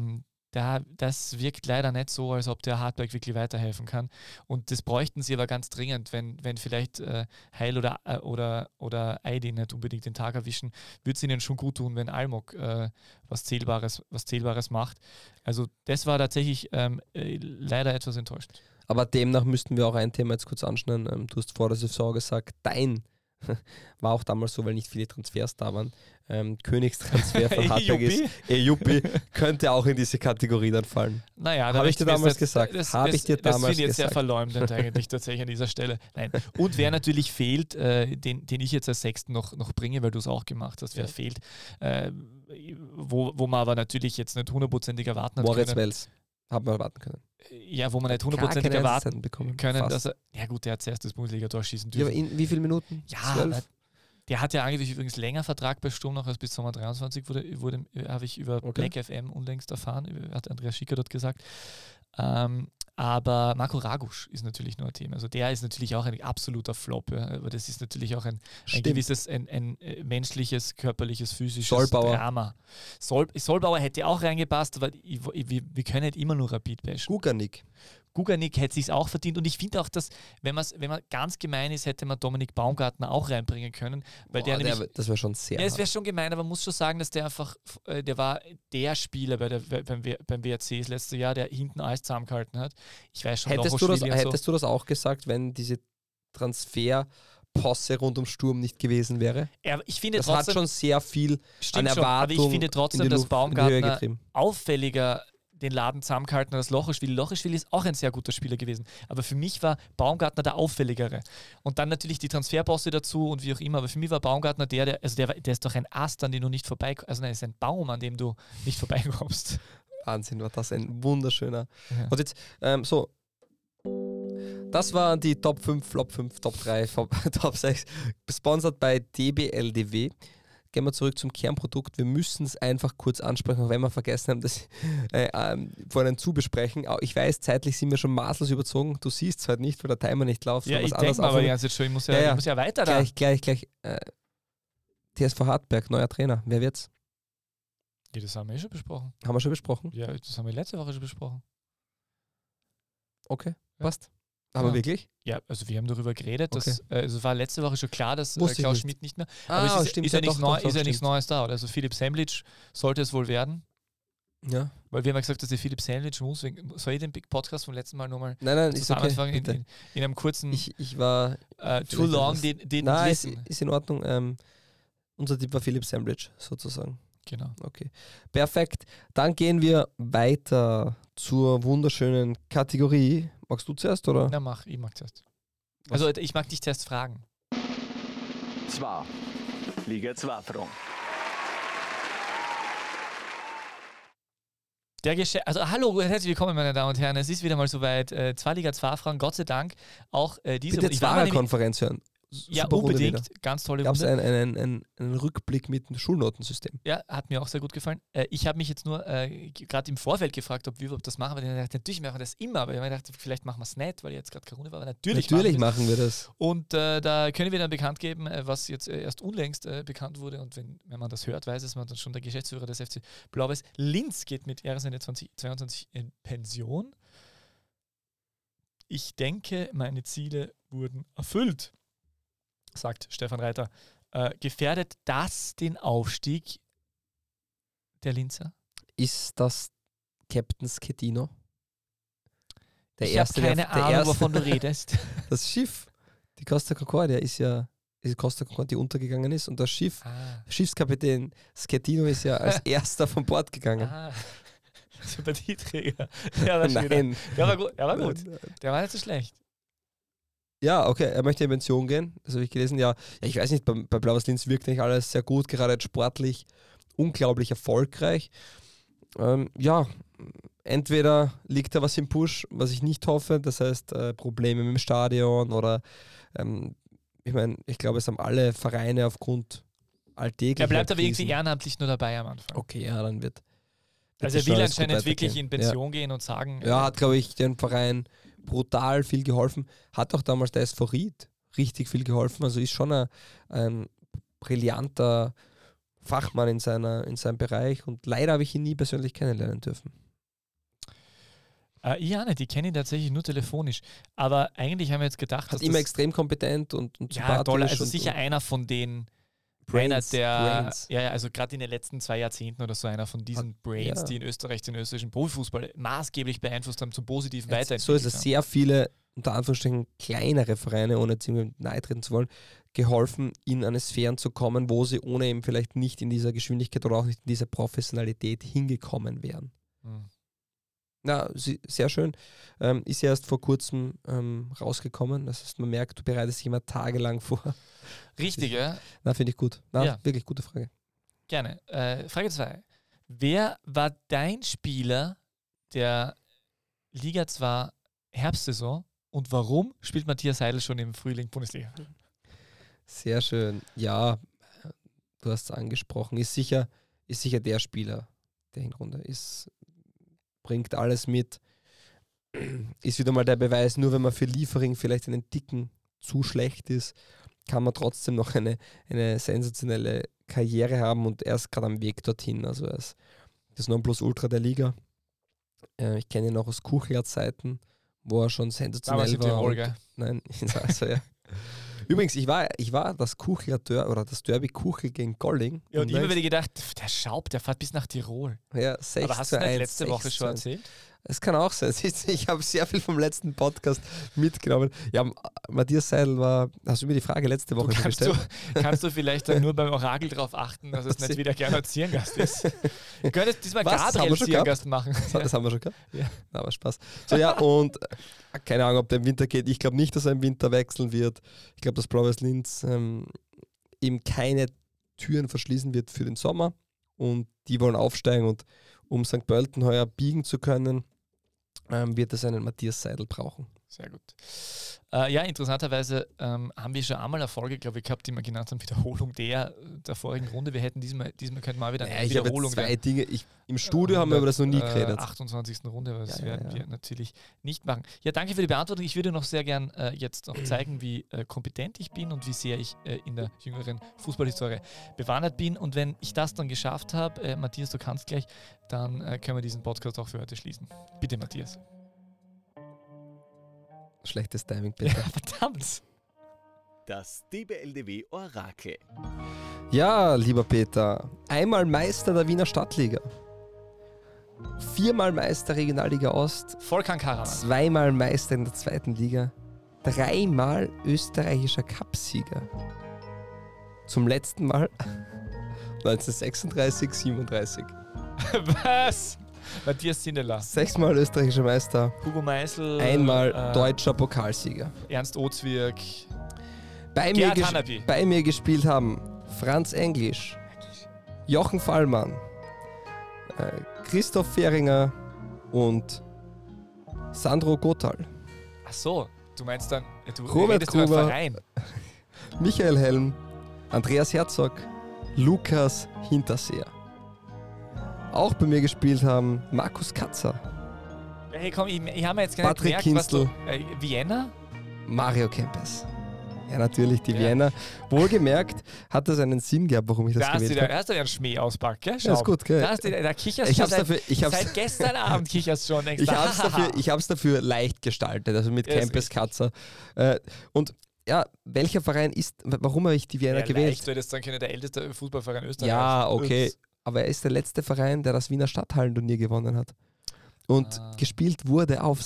das wirkt leider nicht so, als ob der Hartberg wirklich weiterhelfen kann. Und das bräuchten sie aber ganz dringend, wenn vielleicht Heil oder Aidi nicht unbedingt den Tag erwischen, würde es ihnen schon gut tun, wenn Almog was Zählbares macht. Also das war tatsächlich leider etwas enttäuschend. Aber demnach müssten wir auch ein Thema jetzt kurz anschneiden. Du hast vor der Saison gesagt, dein war auch damals so, weil nicht viele Transfers da waren. Königstransfer von Hartberg ist Ejupi, könnte auch in diese Kategorie dann fallen. Naja, habe ich dir damals gesagt. Das finde ich jetzt sehr verleumdend eigentlich tatsächlich an dieser Stelle. Nein. Und wer natürlich fehlt, den ich jetzt als Sechsten noch bringe, weil du es auch gemacht hast, wer fehlt, wo man aber natürlich jetzt nicht hundertprozentig erwarten hat Moritz Wels. Haben wir erwarten können. Ja, wo man nicht hundertprozentig erwarten können, dass er, ja gut, der hat zuerst das Bundesliga-Tor schießen dürfen. Ja, aber in wie viele Minuten? Ja, 12? Der hat ja eigentlich übrigens länger Vertrag bei Sturm noch als bis Sommer 23, habe ich über Black FM unlängst erfahren, hat Andreas Schicker dort gesagt. Aber Marco Ragusch ist natürlich nur ein Thema. Also der ist natürlich auch ein absoluter Flop. Ja. Aber das ist natürlich auch ein gewisses, ein menschliches, körperliches, physisches Drama. Solbauer hätte auch reingepasst, aber wir können nicht immer nur Rapid bashen. Guganik hätte sich auch verdient. Und ich finde auch, dass, wenn man ganz gemein ist, hätte man Dominik Baumgartner auch reinbringen können. Weil das wäre schon sehr das wäre schon gemein, aber man muss schon sagen, dass der einfach, der war der Spieler beim WRC das letzte Jahr, der hinten alles zusammengehalten hat. Ich weiß schon, hättest du das auch gesagt, wenn diese Transferposse rund um Sturm nicht gewesen wäre? Ich finde das trotzdem, hat schon sehr viel an Erwartung. Aber ich finde trotzdem, dass Baumgartner auffälliger den Laden zusammengehalten als Lochoschwili. Lochoschwili ist auch ein sehr guter Spieler gewesen. Aber für mich war Baumgartner der auffälligere. Und dann natürlich die Transferbosse dazu und wie auch immer. Aber für mich war Baumgartner der ist doch ein Ast, an dem du nicht vorbeikommst. Also nein, ist ein Baum, an dem du nicht vorbeikommst. Wahnsinn, war das ein wunderschöner. Ja. Und jetzt, das waren die Top 5, Flop 5, Top 3, Top 6, gesponsert bei DBLDW. Gehen wir zurück zum Kernprodukt. Wir müssen es einfach kurz ansprechen, auch wenn wir vergessen haben, das vorhin zu besprechen. Ich weiß, zeitlich sind wir schon maßlos überzogen. Du siehst es halt nicht, weil der Timer nicht läuft. Ja, ich denke aber jetzt schon, ich muss ja weiter da. Gleich. TSV Hartberg, neuer Trainer. Wer wird's? Ja, das haben wir schon besprochen. Haben wir schon besprochen? Ja, das haben wir letzte Woche schon besprochen. Okay, passt. Aber wirklich? Ja, also wir haben darüber geredet. Okay. Es war letzte Woche schon klar, dass Klaus Schmidt nicht mehr. Aber ist ja nichts Neues da. Oder? Also Philipp Semlic sollte es wohl werden. Ja. Weil wir haben ja gesagt, dass der Philipp Sandwich muss. Soll ich den Big Podcast vom letzten Mal nochmal Nein, ist okay. zusammenfassen in einem kurzen Ich war... Too long, den Nein, ist in Ordnung. Unser Tipp war Philipp Sandwich, sozusagen. Genau. Okay, perfekt. Dann gehen wir weiter zur wunderschönen Kategorie. Magst du zuerst, oder? Na, ich mag zuerst. Also ich mag dich zuerst fragen. Zwar Liga 2 Fragen. Hallo, herzlich willkommen, meine Damen und Herren. Es ist wieder mal soweit. 2 Liga 2 Fragen, Gott sei Dank. Auch diese Bitte Zwarer-Konferenz hören. Ja, Super unbedingt. Ganz tolle Runde. Runde. Gab es einen Rückblick mit dem Schulnotensystem? Ja, hat mir auch sehr gut gefallen. Ich habe mich jetzt nur gerade im Vorfeld gefragt, ob wir überhaupt das machen, weil ich dachte, natürlich machen wir das immer, aber ich habe mir gedacht, vielleicht machen wir es nicht, weil jetzt gerade Corona war, aber natürlich machen wir das. Und da können wir dann bekannt geben, was jetzt erst unlängst bekannt wurde, und wenn man das hört, weiß es man dann schon, der Geschäftsführer des FC Blau-Weiß Linz geht mit Jahresende 2022 in Pension. Ich denke, meine Ziele wurden erfüllt, sagt Stefan Reiter. Gefährdet das den Aufstieg der Linzer? Ist das Captain Schettino? Ich habe keine Ahnung, wovon du redest. Das Schiff, die Costa Concordia, ist Costa Concordia, die untergegangen ist, und das Schiffskapitän Schettino ist ja als erster von Bord gegangen. Sympathieträger. Ja, nein. Der war gut. Der war nicht so schlecht. Ja, okay, er möchte in Pension gehen. Das habe ich gelesen. Ja, ich weiß nicht, bei Blau-Weiß Linz wirkt eigentlich alles sehr gut, gerade jetzt sportlich unglaublich erfolgreich. Entweder liegt da was im Push, was ich nicht hoffe, das heißt Probleme mit dem Stadion oder ich glaube, es haben alle Vereine aufgrund alltäglicher Er bleibt aber Krisen. irgendwie ehrenamtlich nur dabei am Anfang. Okay, ja, dann wird also er will anscheinend wirklich in Pension gehen und sagen... Ja, hat, glaube ich, den Verein brutal viel geholfen. Hat auch damals der SV Ried richtig viel geholfen. Also ist schon ein brillanter Fachmann in seinem Bereich, und leider habe ich ihn nie persönlich kennenlernen dürfen. Ja, nicht, ich kenne ihn tatsächlich nur telefonisch. Aber eigentlich haben wir jetzt gedacht, dass immer extrem kompetent und sympathisch. Ja, toll, also sicher einer von den Brains. Also gerade in den letzten 2 Jahrzehnten oder so, einer von diesen Brains, die in Österreich den österreichischen Profifußball maßgeblich beeinflusst haben, zum Positiven weiterentwickelt. So ist es, sehr viele, unter Anführungsstrichen kleinere Vereine, ohne jetzt irgendwie nahe treten zu wollen, geholfen, in eine Sphären zu kommen, wo sie ohne eben vielleicht nicht in dieser Geschwindigkeit oder auch nicht in dieser Professionalität hingekommen wären. Na, sehr schön. Ist ja erst vor kurzem rausgekommen. Das heißt, man merkt, du bereitest dich immer tagelang vor. Richtig, ja? Na, finde ich gut. Wirklich gute Frage. Gerne. Frage 2. Wer war dein Spieler der Liga 2 Herbstsaison und warum spielt Matthias Seidel schon im Frühling Bundesliga? Sehr schön. Ja, du hast es angesprochen. Ist sicher der Spieler der Hinrunde. Bringt alles mit. Ist wieder mal der Beweis, nur wenn man für Liefering vielleicht einen Ticken zu schlecht ist, kann man trotzdem noch eine sensationelle Karriere haben, und er ist gerade am Weg dorthin. Also er ist das Nonplusultra der Liga. Ich kenne ihn auch aus Kuchler-Zeiten, wo er schon sensationell war. Tirol, gell? Nein, also ja. Übrigens, ich war das das Derby Kuchel gegen Golling. Ja, und immer wieder gedacht, der Schaub, der fährt bis nach Tirol. Ja, 6 Aber hast du nicht letzte Woche schon erzählt? Es kann auch sein. Ich habe sehr viel vom letzten Podcast mitgenommen. Ja, Matthias Seidel hast du mir die Frage letzte Woche schon gestellt? Kannst du vielleicht dann nur beim Orakel darauf achten, dass es nicht wieder Gernot Zierngast ist? Wir können jetzt diesmal Gabriel Zierngast machen. Das haben wir schon gehabt? Ja. Aber Spaß. So, ja, und keine Ahnung, ob der im Winter geht. Ich glaube nicht, dass er im Winter wechseln wird. Ich glaube, dass Blau-Weiß Linz ihm keine Türen verschließen wird für den Sommer. Und die wollen aufsteigen, und um St. Pölten heuer biegen zu können, wird es einen Matthias Seidel brauchen. Sehr gut. Ja, interessanterweise haben wir schon einmal eine Folge, glaube ich, gehabt, die wir genannt haben, Wiederholung der vorigen Runde. Wir hätten diesmal könnten wir wieder eine Wiederholung. Ich habe 2 Dinge. Im Studio haben wir über das noch nie geredet. 28. Runde, aber das werden wir natürlich nicht machen. Ja, danke für die Beantwortung. Ich würde noch sehr gern jetzt noch zeigen, wie kompetent ich bin und wie sehr ich in der jüngeren Fußballhistorie bewandert bin. Und wenn ich das dann geschafft habe, Matthias, du kannst gleich, dann können wir diesen Podcast auch für heute schließen. Bitte, Matthias. Schlechtes Timing, bitte. Ja, verdammt. Das DBLDW Orakel. Ja, lieber Peter, einmal Meister der Wiener Stadtliga. 4-mal Meister Regionalliga Ost, Volkan Karaman. 2-mal Meister in der 2. Liga, 3-mal österreichischer Cupsieger. Zum letzten Mal 1936, 37. Was? Matthias Sindelar. 6-mal österreichischer Meister, Hugo Meisel. 1-mal deutscher Pokalsieger. Ernst Ozwirk. Bei mir gespielt haben Franz Englisch, Jochen Fallmann, Christoph Fehringer und Sandro Gotthal. Ach so, du meinst dann, du Robert redest über einen Gruber. Verein. Michael Helm, Andreas Herzog, Lukas Hinterseer. Auch bei mir gespielt haben Markus Katzer, Hey komm, ich habe mir jetzt gar nicht Patrick gemerkt, was Kinstl. du... Vienna? Mario Kempes. Ja, natürlich, die Ja. Vienna. Wohlgemerkt hat das einen Sinn gehabt, warum ich das Da hast gewählt du habe. einen Schmäh auspackt, gell? Ja, ist gut, gell? Da kicherst Ich du hab's schon dafür- ich hab's- seit gestern Abend kicherst schon. Denkst, Ich hab's dafür leicht gestaltet, also mit Ja, ist Kempes richtig. Katzer. Und ja, welcher Verein warum habe ich die Vienna gewählt? Leicht, du hättest sagen können, der älteste Fußballverein Österreichs. Ja, okay. Ups. Aber er ist der letzte Verein, der das Wiener Stadthallenturnier gewonnen hat. Und gespielt wurde auf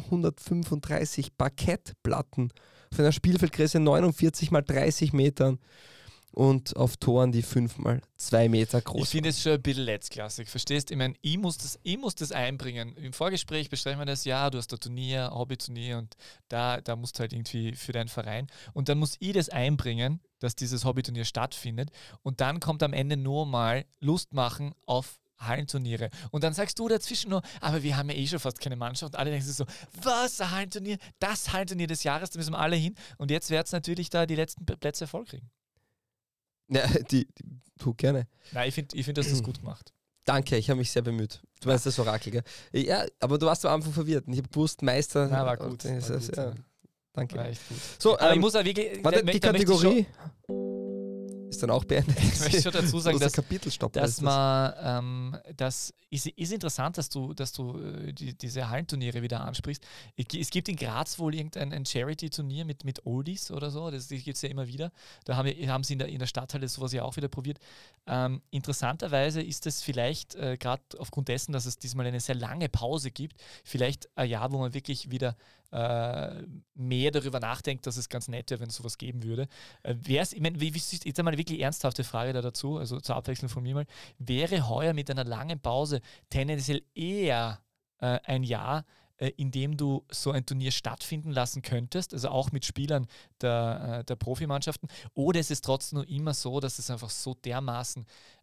735 Parkettplatten, auf einer Spielfeldgröße 49 mal 30 Metern und auf Toren, die 5 mal 2 Meter groß Ich finde es schon ein bisschen letztklassig, verstehst? Ich meine, ich muss das einbringen. Im Vorgespräch besprechen wir das, ja, du hast ein Turnier, Hobbyturnier und da musst du halt irgendwie für deinen Verein. Und dann muss ich das einbringen, dass dieses Hobbyturnier stattfindet. Und dann kommt am Ende nur mal Lust machen auf Hallenturniere. Und dann sagst du dazwischen nur, aber wir haben ja eh schon fast keine Mannschaft. Und alle denken sich so, was, ein Hallenturnier? Das Hallenturnier des Jahres, da müssen wir alle hin. Und jetzt wird es natürlich da die letzten Plätze voll kriegen. Ja, du gerne. Nein, ich finde, du hast das gut gemacht. Danke, ich habe mich sehr bemüht. Du meinst das Orakel, gell? Ja, aber du warst am Anfang verwirrt. Und ich habe gewusst, Meister. Na, war gut. Ja, War gut, ja. ja. Danke. War echt gut. So, Aber ich muss auch wirklich. warte, da die möchte ich Kategorie ist dann auch beendet. Ich möchte schon dazu sagen, Unser dass Kapitelstopper dass ist das. man, das ist interessant, dass du diese Hallenturniere wieder ansprichst. Es gibt in Graz wohl ein Charity-Turnier mit Oldies oder so, das gibt es ja immer wieder. Da haben sie in der Stadthalle sowas ja auch wieder probiert. Interessanterweise ist es vielleicht, gerade aufgrund dessen, dass es diesmal eine sehr lange Pause gibt, vielleicht ein Jahr, wo man wirklich wieder mehr darüber nachdenkt, dass es ganz nett wäre, wenn es sowas geben würde. Ich meine, jetzt einmal eine wirklich ernsthafte Frage da dazu, also zur Abwechslung von mir mal, wäre heuer mit einer langen Pause tendenziell eher ein Jahr, in dem du so ein Turnier stattfinden lassen könntest, also auch mit Spielern der Profimannschaften, oder ist es trotzdem nur immer so, dass es einfach so dermaßen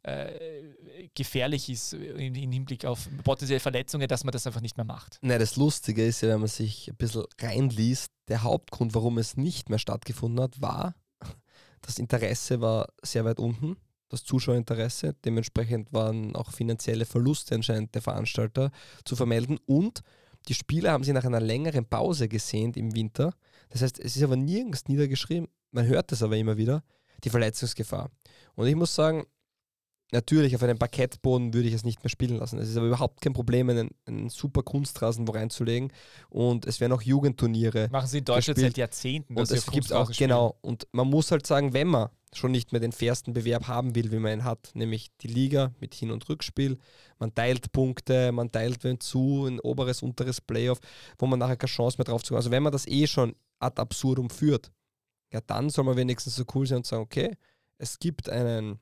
gefährlich ist im Hinblick auf potenzielle Verletzungen, dass man das einfach nicht mehr macht? Nein, das Lustige ist ja, wenn man sich ein bisschen reinliest, der Hauptgrund, warum es nicht mehr stattgefunden hat, war, das Interesse war sehr weit unten, das Zuschauerinteresse. Dementsprechend waren auch finanzielle Verluste anscheinend der Veranstalter zu vermelden und die Spieler haben sich nach einer längeren Pause gesehnt im Winter. Das heißt, es ist aber nirgends niedergeschrieben, man hört das aber immer wieder, die Verletzungsgefahr. Und ich muss sagen, natürlich, auf einem Parkettboden würde ich es nicht mehr spielen lassen. Es ist aber überhaupt kein Problem, einen super Kunstrasen wo reinzulegen. Und es werden auch Jugendturniere. Machen sie in Deutschland gespielt. seit Jahrzehnten. Und es gibt auch, genau. Und man muss halt sagen, wenn man schon nicht mehr den fairsten Bewerb haben will, wie man ihn hat, nämlich die Liga mit Hin- und Rückspiel, man teilt Punkte, man teilt wen zu, ein oberes, unteres Playoff, wo man nachher keine Chance mehr drauf zu kommen. Also wenn man das eh schon ad absurdum führt, ja, dann soll man wenigstens so cool sein und sagen, okay, es gibt einen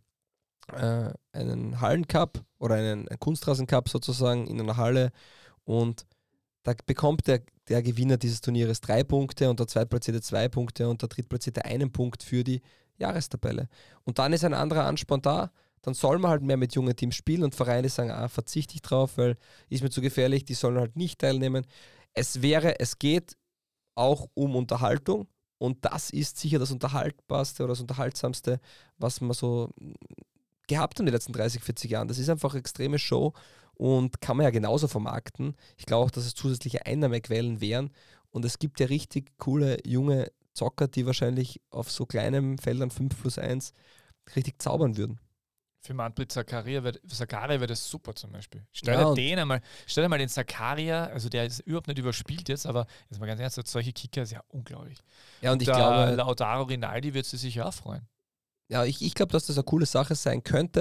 Hallencup oder einen Kunstrasencup sozusagen in einer Halle und da bekommt der Gewinner dieses Turnieres 3 Punkte und der Zweitplatzierte 2 Punkte und der Drittplatzierte 1 Punkt für die Jahrestabelle. Und dann ist ein anderer Ansporn da, dann soll man halt mehr mit jungen Teams spielen und Vereine sagen, verzichte ich drauf, weil ist mir zu gefährlich, die sollen halt nicht teilnehmen. Es geht auch um Unterhaltung und das ist sicher das Unterhaltbarste oder das Unterhaltsamste, was man so gehabt haben in den letzten 30, 40 Jahren. Das ist einfach eine extreme Show und kann man ja genauso vermarkten. Ich glaube auch, dass es zusätzliche Einnahmequellen wären und es gibt ja richtig coole junge Zocker, die wahrscheinlich auf so kleinen Feldern 5+1 richtig zaubern würden. Für Manfred Zakaria wäre das super zum Beispiel. Stell dir mal den Zakaria, also der ist überhaupt nicht überspielt jetzt, aber jetzt mal ganz ernsthaft, solche Kicker ist ja unglaublich. Ja, und ich glaube, Lautaro Rinaldi wird sich sicher auch freuen. Ja, ich glaube, dass das eine coole Sache sein könnte.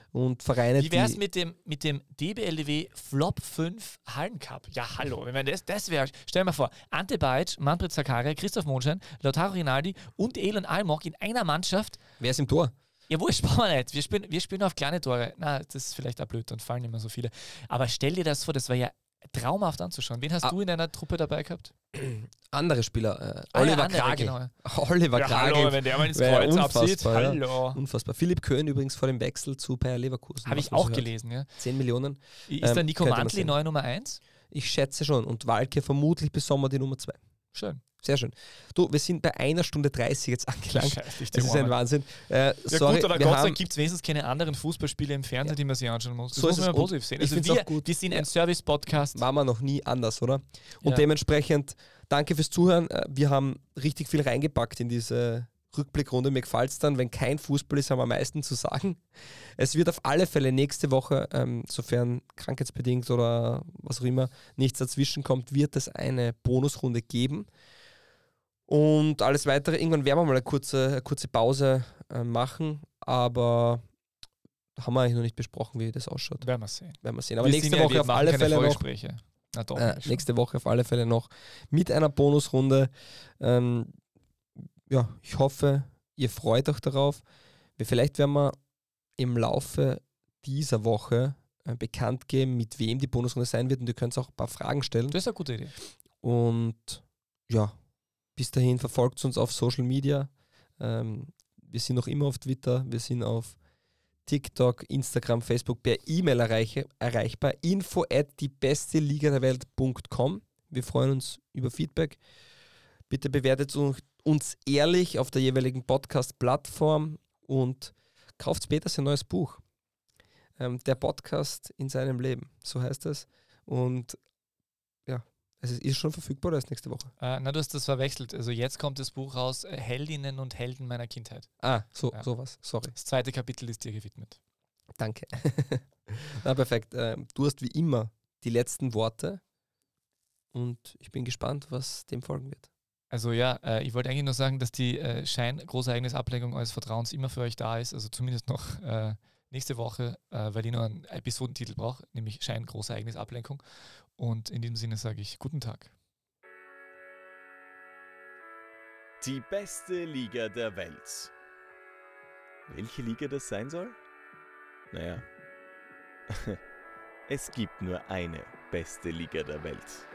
und Vereine, Wie wäre es mit dem DBLDW Flop 5 Hallencup? Ja, hallo. Ich meine, das wäre, stell dir mal vor, Ante Bajic, Manfred Zakaria, Christoph Mondschein, Lautaro Rinaldi und Elon Almog in einer Mannschaft. Wer ist im Tor? Ja, wurscht, brauchen wir nicht. Wir spielen auf kleine Tore. Na, das ist vielleicht auch blöd, dann fallen immer so viele. Aber stell dir das vor, das war ja traumhaft anzuschauen. Wen hast du in deiner Truppe dabei gehabt? Andere Spieler. Oliver Kragel. Genau. Oliver Kragel. Hallo, wenn der mal ins Kreuz absieht. Ja. Hallo. Unfassbar. Philipp Köhn übrigens vor dem Wechsel zu Bayer Leverkusen. Habe ich auch gelesen, ja. 10 Millionen. Ist der Nico könnte man Mantli sehen. neue Nummer 1? Ich schätze schon. Und Walke vermutlich bis Sommer die Nummer 2. Schön. Sehr schön. Du, wir sind bei 1 Stunde 30 jetzt angelangt. Scheiße, Das ist ein Wahnsinn. Ja Sorry, gut, aber wir Gott sei haben, Dank gibt es wenigstens keine anderen Fußballspiele im Fernsehen, die man sich anschauen muss. Das So muss ist man es. ja positiv sehen. Ich Also find's wir, auch gut. wir sind ein Service-Podcast. war man noch nie anders, oder? Und Ja. dementsprechend danke fürs Zuhören. Wir haben richtig viel reingepackt in diese Rückblickrunde. Mir gefällt es dann, wenn kein Fußball ist, haben wir am meisten zu sagen. Es wird auf alle Fälle nächste Woche, sofern krankheitsbedingt oder was auch immer, nichts dazwischen kommt, wird es eine Bonusrunde geben. Und alles Weitere, irgendwann werden wir mal eine kurze Pause machen, aber haben wir eigentlich noch nicht besprochen, wie das ausschaut. Werden wir sehen. Werden wir sehen. Aber Wir nächste sind ja- Woche wir auf machen alle keine Fälle noch. Vorgespräche. Na doch. eigentlich schon. Nächste Woche auf alle Fälle noch mit einer Bonusrunde. Ich hoffe, ihr freut euch darauf. Vielleicht werden wir im Laufe dieser Woche bekannt geben, mit wem die Bonusrunde sein wird. Und ihr könnt auch ein paar Fragen stellen. Das ist eine gute Idee. Und ja, bis dahin verfolgt uns auf Social Media. Wir sind noch immer auf Twitter, wir sind auf TikTok, Instagram, Facebook, per E-Mail erreichbar. info@diebesteligaderwelt.com. Wir freuen uns über Feedback. Bitte bewertet uns ehrlich auf der jeweiligen Podcast-Plattform und kauft später sein neues Buch. Der Podcast in seinem Leben, so heißt es. Und ja, es ist schon verfügbar, oder ist nächste Woche? Du hast das verwechselt. Also jetzt kommt das Buch raus, Heldinnen und Helden meiner Kindheit. Ja. Ja. Sorry. Das 2. Kapitel ist dir gewidmet. Danke. Na, perfekt. Du hast wie immer die letzten Worte und ich bin gespannt, was dem folgen wird. Also ja, ich wollte eigentlich nur sagen, dass die Großereignisablenkung eures Vertrauens immer für euch da ist, also zumindest noch nächste Woche, weil ich noch einen Episodentitel brauche, nämlich Großereignisablenkung. Und in diesem Sinne sage ich guten Tag. Die beste Liga der Welt. Welche Liga das sein soll? Naja, es gibt nur eine beste Liga der Welt.